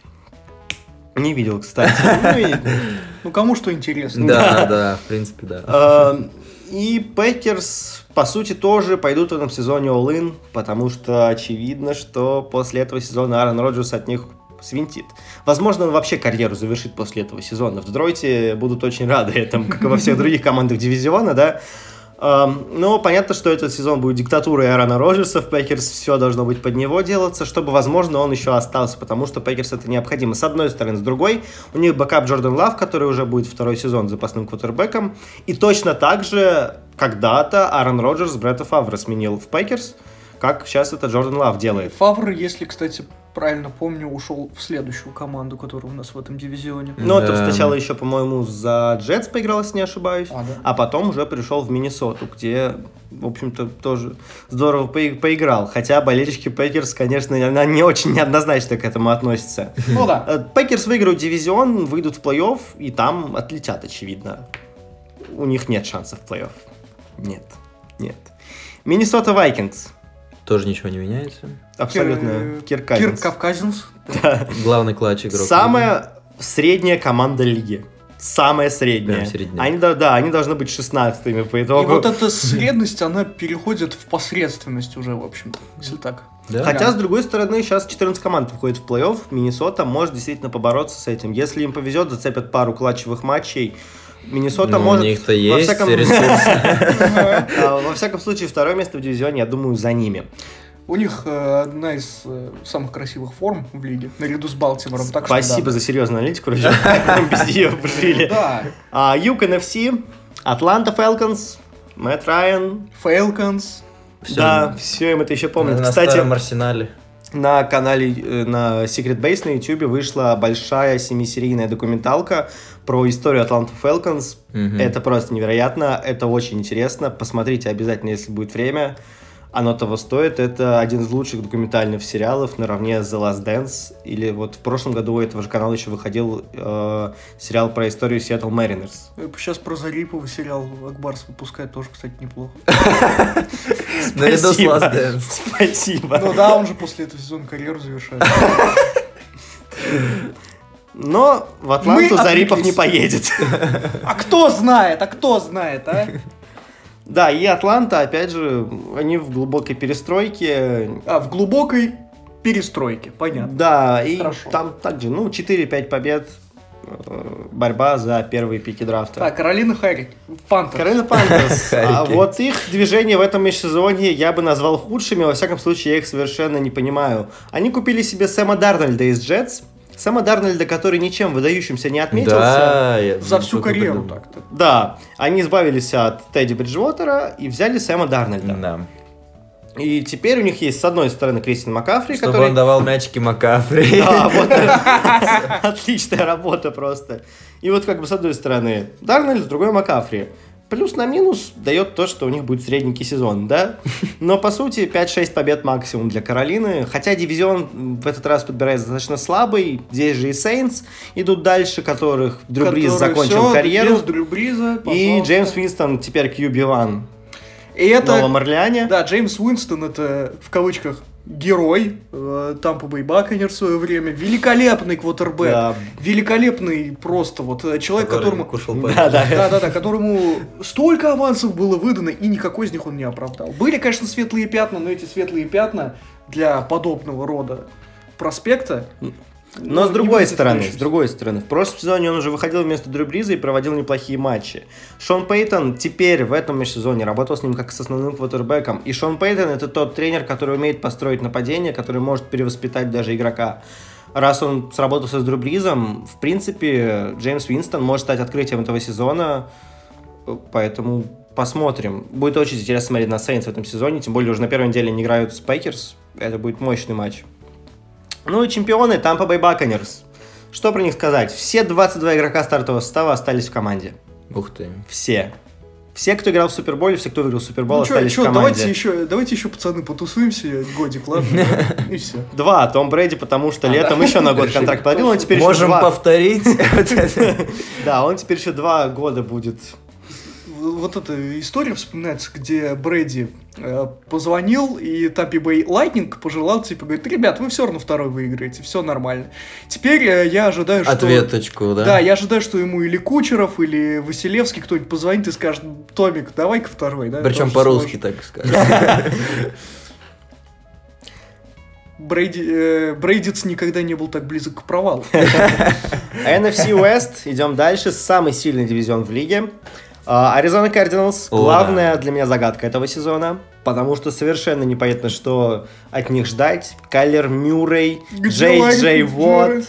Speaker 1: Не видел, кстати. Ну и,
Speaker 2: Ну, кому что интересно.
Speaker 3: Да, да, в принципе, да.
Speaker 1: э, И Пейкерс, по сути, тоже пойдут в этом сезоне all-in, потому что очевидно, что после этого сезона Аарон Роджерс от них свинтит. Возможно, он вообще карьеру завершит после этого сезона. В Детройте будут очень рады этому, как и во всех других командах дивизиона, да. Эм, Но понятно, что этот сезон будет диктатурой Аарона Роджерса, в Пейкерс все должно быть под него делаться, чтобы, возможно, он еще остался, потому что Пейкерс это необходимо. С одной стороны, с другой, у них бэкап Джордан Лав, который уже будет второй сезон запасным квотербеком, и точно так же когда-то Аарон Роджерс Бретта Фавра сменил в Пейкерс, как сейчас это Джордан Лав делает.
Speaker 2: Фавр, если, кстати, правильно помню, ушел в следующую команду, которая у нас в этом дивизионе.
Speaker 1: Ну, это
Speaker 3: Да.
Speaker 1: сначала еще, по-моему, за Джетс поиграл, если не ошибаюсь,
Speaker 2: А, да?
Speaker 1: а потом уже пришел в Миннесоту, где, в общем-то, тоже здорово по- поиграл. Хотя болельщики Пейкерс, конечно, она не очень неоднозначно к этому относятся.
Speaker 2: Ну да.
Speaker 1: Э, Пейкерс выиграют дивизион, выйдут в плей-офф, и там отлетят, очевидно. У них нет шансов в плей-офф. Нет, нет. Миннесота Вайкингс.
Speaker 3: Тоже ничего не меняется.
Speaker 1: Абсолютно.
Speaker 2: Кир-
Speaker 1: Кирк
Speaker 2: Кирк
Speaker 1: Казинс.
Speaker 2: Кавказинс.
Speaker 3: Главный клатч игрок.
Speaker 1: Самая средняя команда лиги. Самая средняя.
Speaker 3: Прям средняя.
Speaker 1: Они, да, да, они должны быть шестнадцатыми по
Speaker 2: И
Speaker 1: итогу.
Speaker 2: вот эта средность, она переходит в посредственность уже, в общем-то, если так.
Speaker 3: Да?
Speaker 1: Хотя, с другой стороны, сейчас четырнадцать команд входит в плей-офф. Миннесота может действительно побороться с этим. Если им повезет, зацепят пару клатчевых матчей. Миннесота
Speaker 3: Ну,
Speaker 1: может...
Speaker 3: у них-то
Speaker 1: во
Speaker 3: есть
Speaker 1: всяком-
Speaker 3: ресурсы.
Speaker 1: А, Во всяком случае, второе место в дивизионе, я думаю, за ними.
Speaker 2: У них э, одна из э, самых красивых форм в лиге, наряду с Балтимором. Так что
Speaker 1: Спасибо
Speaker 2: да.
Speaker 1: за серьезную аналитику, ребят. Мы без нее жили.
Speaker 2: Да,
Speaker 1: А, Юг эн эф си, Атланта Фалконс, Мэтт Райан.
Speaker 2: Фейлконс.
Speaker 3: Всё.
Speaker 1: Да, все им это еще помнят.
Speaker 3: На
Speaker 1: Кстати,
Speaker 3: старом арсенале.
Speaker 1: на канале, э, на Secret Base на YouTube вышла большая семисерийная документалка про историю Атланта Фалконс.
Speaker 3: Мгм.
Speaker 1: Это просто невероятно, это очень интересно. Посмотрите обязательно, если будет время. Оно того стоит. Это один из лучших документальных сериалов наравне с The Last Dance. Или вот в прошлом году у этого же канала еще выходил э, сериал про историю Seattle Mariners.
Speaker 2: Сейчас про Зарипова сериал Акбарс выпускает тоже, кстати, неплохо.
Speaker 3: Наряду с
Speaker 1: Спасибо.
Speaker 3: Last Dance.
Speaker 1: Спасибо.
Speaker 2: Ну да, он же после этого сезона карьеру завершает.
Speaker 1: Но в Атланту
Speaker 2: Мы
Speaker 1: Зарипов не
Speaker 2: отвлеклись.
Speaker 1: поедет.
Speaker 2: А кто знает, а кто знает, а?
Speaker 1: Да, и Атланта, опять же, они в глубокой перестройке.
Speaker 2: А, в глубокой перестройке, понятно.
Speaker 1: Да, и
Speaker 2: Хорошо.
Speaker 1: там также, ну, четыре-пять побед, э, борьба за первые пики драфта.
Speaker 2: Так, Каролина Харри, Пантерс.
Speaker 1: Каролина Пантерс. А
Speaker 3: Харрикейн.
Speaker 1: вот их движения в этом межсезонье я бы назвал худшими, во всяком случае, я их совершенно не понимаю. Они купили себе Сэма Дарнольда из Джетс. Сэма Дарнольда, который ничем выдающимся не отметился.
Speaker 3: Да, я
Speaker 2: За всю
Speaker 3: только
Speaker 2: карьеру
Speaker 3: придумал.
Speaker 2: так-то.
Speaker 1: Да, они избавились от Тедди Бриджвотера и взяли Сэма Дарнольда.
Speaker 3: Да.
Speaker 1: И теперь у них есть, с одной стороны, Кристин Маккафри,
Speaker 3: Чтобы
Speaker 1: который...
Speaker 3: он давал мячики Маккафри.
Speaker 1: Да, вот отличная работа просто. И вот как бы с одной стороны Дарнольд, с другой Маккафри. Плюс на минус дает то, что у них будет средненький сезон, да? Но по сути пять-шесть побед максимум для Каролины. Хотя дивизион в этот раз подбирается достаточно слабый. Здесь же и Сейнтс идут дальше, которых Дрю Бриз
Speaker 2: Который
Speaker 1: закончил
Speaker 2: всё,
Speaker 1: карьеру.
Speaker 2: без Дрю Бриза,
Speaker 1: И
Speaker 2: пожалуйста.
Speaker 1: Джеймс Уинстон теперь кью би один
Speaker 2: И
Speaker 1: в
Speaker 2: это,
Speaker 1: Новом Орлеане.
Speaker 2: да, Джеймс Уинстон, это в кавычках герой э, Тампа Бэй Баконер в свое время. Великолепный квотербек.
Speaker 1: Да.
Speaker 2: Великолепный просто вот э, человек, которому...
Speaker 3: кушал
Speaker 1: Да, да.
Speaker 2: Да, да, да, которому столько авансов было выдано, и никакой из них он не оправдал. Были, конечно, светлые пятна, но эти светлые пятна для подобного рода проспекта.
Speaker 1: Но
Speaker 2: ну,
Speaker 1: с
Speaker 2: не
Speaker 1: другой
Speaker 2: будет
Speaker 1: стороны,
Speaker 2: слышать.
Speaker 1: с другой стороны, в прошлом сезоне он уже выходил вместо Дрю Бриза и проводил неплохие матчи. Шон Пейтон теперь в этом межсезоне работал с ним как с основным квотербеком. И Шон Пейтон это тот тренер, который умеет построить нападение, который может перевоспитать даже игрока. Раз он сработался с Дрю Бризом, в принципе, Джеймс Уинстон может стать открытием этого сезона, поэтому посмотрим. Будет очень интересно смотреть на Сейнтс в этом сезоне, тем более уже на первой неделе они играют с Пейкерс, это будет мощный матч. Ну и чемпионы Тампа Бэй Баконерс. Что про них сказать? Все двадцать два игрока стартового состава остались в команде.
Speaker 3: Ух ты.
Speaker 1: Все. Все, кто играл в Суперболе, все, кто выиграл Супербол,
Speaker 2: Ну чё,
Speaker 1: остались
Speaker 2: чё,
Speaker 1: в команде.
Speaker 2: давайте еще, давайте еще, пацаны, потусуемся годик, ладно? И все.
Speaker 1: Два. Том Брэди, потому что
Speaker 2: А,
Speaker 1: летом
Speaker 2: да.
Speaker 1: еще на год контракт продлил, он теперь еще
Speaker 3: Можем
Speaker 1: два...
Speaker 3: повторить.
Speaker 1: Да, он теперь еще два года будет
Speaker 2: вот эта история вспоминается, где Брэди э, позвонил, и Тампи Бэй Лайтнинг пожелал, типа, говорит, ребят, вы все равно второй выиграете, все нормально. Теперь э, я ожидаю, что...
Speaker 3: Ответочку, да?
Speaker 2: Да, я ожидаю, что ему или Кучеров, или Василевский кто-нибудь позвонит и скажет, Томик, давай-ка второй, да?
Speaker 3: Причем по-русски так скажет.
Speaker 2: Брейди, э, Брейдиц никогда не был так близок к провалу.
Speaker 1: эн эф си West, идем дальше, самый сильный дивизион в лиге. Аризона Кардиналс, главная для меня загадка этого сезона, потому что совершенно непонятно, что от них ждать. Кайлер Мюррей, Джей Джей Уотт,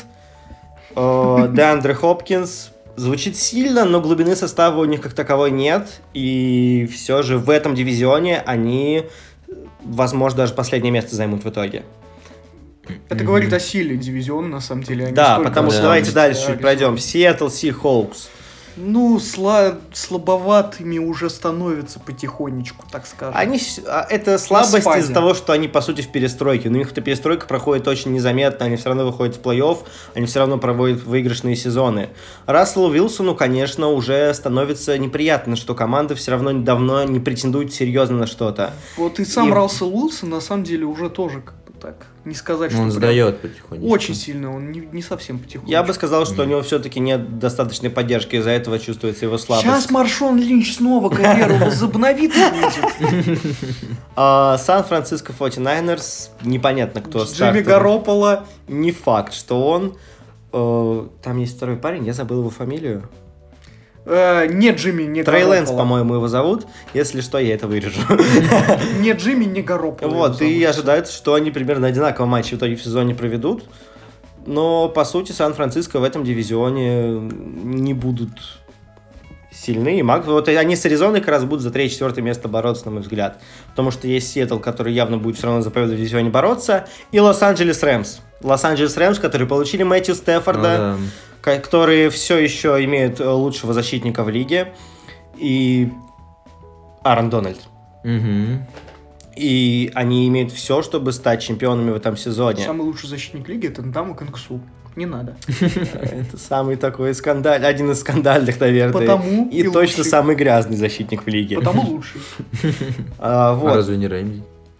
Speaker 1: Деандре Хопкинс. Звучит сильно, но глубины состава у них как таковой нет, и все же в этом дивизионе они, возможно, даже последнее место займут в итоге.
Speaker 2: Это mm-hmm. говорит о силе дивизиона, на самом деле.
Speaker 1: Да, потому что да. давайте дальше чуть пройдем. Сиэтл Сихоукс.
Speaker 2: Ну, сла- слабоватыми уже становятся потихонечку, так скажем.
Speaker 1: Они, это слабость из-за того, что они, по сути, в перестройке. Но у них эта перестройка проходит очень незаметно, они все равно выходят в плей-офф, они все равно проводят выигрышные сезоны. Расселу Уилсону, конечно, уже становится неприятно, что команда все равно давно не претендует серьезно на что-то.
Speaker 2: Вот и сам и... Рассел Уилсон, на самом деле, уже тоже так, не сказать, что...
Speaker 3: Он сдает потихонечку.
Speaker 2: Очень сильно, он не, не совсем потихонечку.
Speaker 1: Я бы сказал, что mm. у него все-таки нет достаточной поддержки, из-за этого чувствуется его слабость.
Speaker 2: Сейчас Маршон Линч снова карьеру возобновит и будет.
Speaker 1: Сан-Франциско форти найнерс, непонятно, кто стартер.
Speaker 2: Джимми Гарополо.
Speaker 1: Не факт, что он. Там есть второй парень, я забыл его фамилию.
Speaker 2: Uh, не Джимми, не
Speaker 1: Трей Лэнс, по-моему, его зовут. Если что, я это вырежу.
Speaker 2: Не Джимми, не Гарополо.
Speaker 1: Вот, и ожидается, что они примерно одинаково матчи в итоге в сезоне проведут. Но, по сути, Сан-Франциско в этом дивизионе не будут сильны. Вот они с Аризоной как раз будут за третье-четвертое место бороться, на мой взгляд. Потому что есть Сиэтл, который явно будет все равно за победу в дивизионе бороться. И Лос-Анджелес Рэмс. Лос-Анджелес Рэмс, которые получили Мэтью Стефорда. Которые все еще имеют лучшего защитника в лиге, и Аарон Дональд.
Speaker 3: Угу.
Speaker 1: И они имеют все, чтобы стать чемпионами в этом сезоне.
Speaker 2: Самый лучший защитник лиги — это Ндаму Кангсу. Не надо.
Speaker 1: Это самый такой скандаль, один из скандальных, наверное.
Speaker 2: Потому
Speaker 1: и точно самый грязный защитник в лиге.
Speaker 2: Потому лучший.
Speaker 3: А разве не Рэмзи?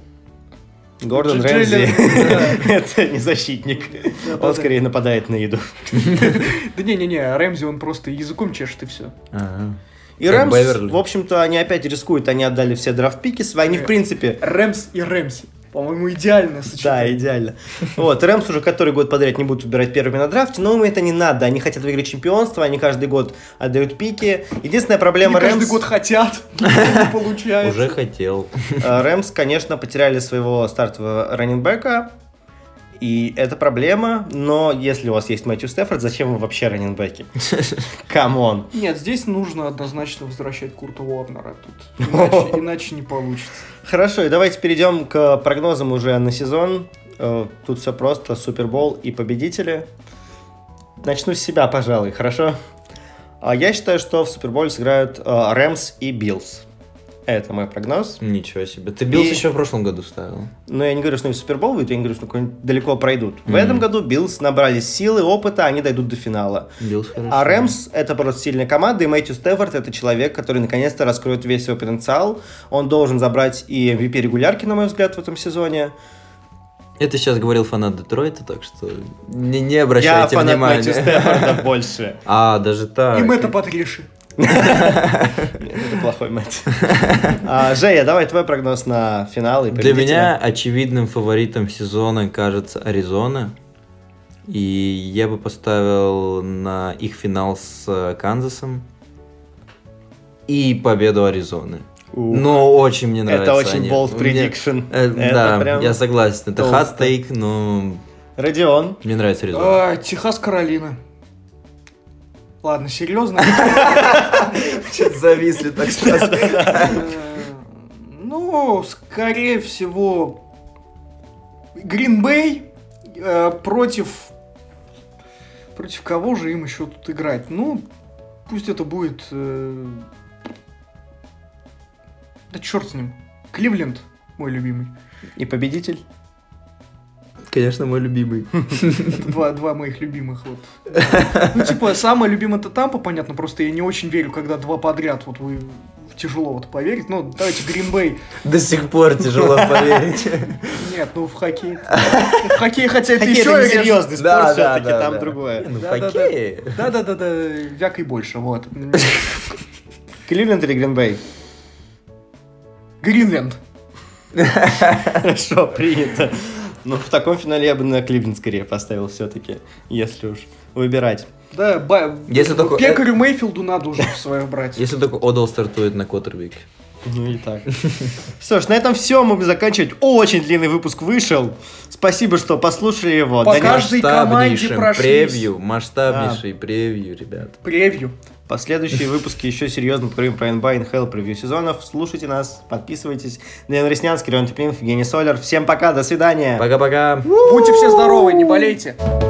Speaker 1: Гордон Рэмзи — это не защитник. Он скорее нападает на еду.
Speaker 2: Да не-не-не, Рэмзи он просто языком чешет и все.
Speaker 1: И Рэмс, в общем-то, они опять рискуют. Они отдали все драфт-пики свои. Они, в принципе...
Speaker 2: Рэмс и Рэмси. По-моему, идеальное сочетание.
Speaker 1: Да, идеально. Вот, Рэмс уже который год подряд не будут выбирать первыми на драфте, но им это не надо. Они хотят выиграть чемпионство, они каждый год отдают пики. Единственная проблема Рэмс...
Speaker 2: каждый год хотят, не получается.
Speaker 3: Уже хотел.
Speaker 1: Рэмс, конечно, потеряли своего стартового раннинбека, и это проблема, но если у вас есть Мэтью Стефорд, зачем вы вообще раннинбеки? Камон.
Speaker 2: Нет, здесь нужно однозначно возвращать Курта Уорнера тут, иначе, иначе не получится.
Speaker 1: Хорошо, и давайте перейдем к прогнозам уже на сезон. Тут все просто, Супербол и победители. Начну с себя, пожалуй, хорошо? Я считаю, что в Суперболе сыграют Рэмс и Биллс. Это мой прогноз.
Speaker 3: Ничего себе. Ты Биллс и... еще в прошлом году ставил.
Speaker 1: Но я не говорю, что они в Супербол выйдут, я не говорю, что далеко пройдут. Mm-hmm. В этом году Биллс набрали силы, опыта, они дойдут до финала. А Рэмс — это просто сильная команда, и Мэтью Стефорд — это человек, который наконец-то раскроет весь свой потенциал. Он должен забрать и эм ви пи регулярки, на мой взгляд, в этом сезоне.
Speaker 3: Это сейчас говорил фанат Детройта, так что не, не обращайте внимания. Я фанат
Speaker 1: Мэтью Стефорда больше.
Speaker 3: А, даже так.
Speaker 2: И Мэтта Патриши.
Speaker 1: Это плохой матч. А, Женя, давай твой прогноз на финал и
Speaker 3: победителя. Для меня очевидным фаворитом сезона кажется Аризона. И я бы поставил на их финал с Канзасом. И победу Аризоны.
Speaker 1: Ух,
Speaker 3: но очень мне нравится.
Speaker 1: Это очень bold prediction.
Speaker 3: Э, да, прям я согласен. Это hot take, но...
Speaker 1: Родион.
Speaker 3: Мне нравится Аризона.
Speaker 2: А, Техас, Каролина. Ладно, серьезно?
Speaker 3: Что-то зависли, так сказать.
Speaker 2: Ну, скорее всего, Green Bay против... Против кого же им еще тут играть? Ну, пусть это будет... Да черт с ним. Кливленд, мой любимый.
Speaker 1: И победитель?
Speaker 3: Конечно, мой любимый.
Speaker 2: Это два, два моих любимых. Вот. Ну, типа, самое любимое это Тампа, понятно, просто я не очень верю, когда два подряд вот вы тяжело вот поверить. Ну, давайте Green Bay.
Speaker 3: До сих пор тяжело поверить.
Speaker 2: Нет, ну в хоккей. В хоккей, хотя это
Speaker 1: Хоккей
Speaker 2: еще
Speaker 1: это не серьезный
Speaker 3: Да,
Speaker 1: спорт,
Speaker 3: да,
Speaker 1: все-таки
Speaker 3: да,
Speaker 1: там
Speaker 3: да.
Speaker 1: другое.
Speaker 3: Ну, в
Speaker 2: Да-да-да.
Speaker 3: хоккее.
Speaker 2: Да-да-да, вяк и больше, вот.
Speaker 1: Кливленд или Гринбей?
Speaker 2: Гринленд.
Speaker 1: Хорошо, принято. Ну, в таком финале я бы на Кливленд скорее поставил все-таки, если уж выбирать.
Speaker 2: Да, ба-
Speaker 3: Если только-
Speaker 2: Пекарю Мейфилду надо уже своих брать.
Speaker 3: Если только Одал стартует на квотербеке.
Speaker 1: Ну и так. Что ж, на этом все. Мы будем заканчивать. Очень длинный выпуск вышел. Спасибо, что послушали его.
Speaker 2: По
Speaker 1: Данил,
Speaker 2: каждой команде
Speaker 3: Масштабнейшим
Speaker 2: прошлись.
Speaker 3: превью, масштабнейший превью, ребят.
Speaker 2: Превью.
Speaker 1: Последующие выпуски еще серьезно поговорим про эн би эй, эн эйч эл, превью сезонов. Слушайте нас, подписывайтесь. Данил Реснянский, Леон Теплинов, Евгений Солер. Всем пока, до свидания.
Speaker 3: Пока-пока.
Speaker 2: Будьте все здоровы, не болейте.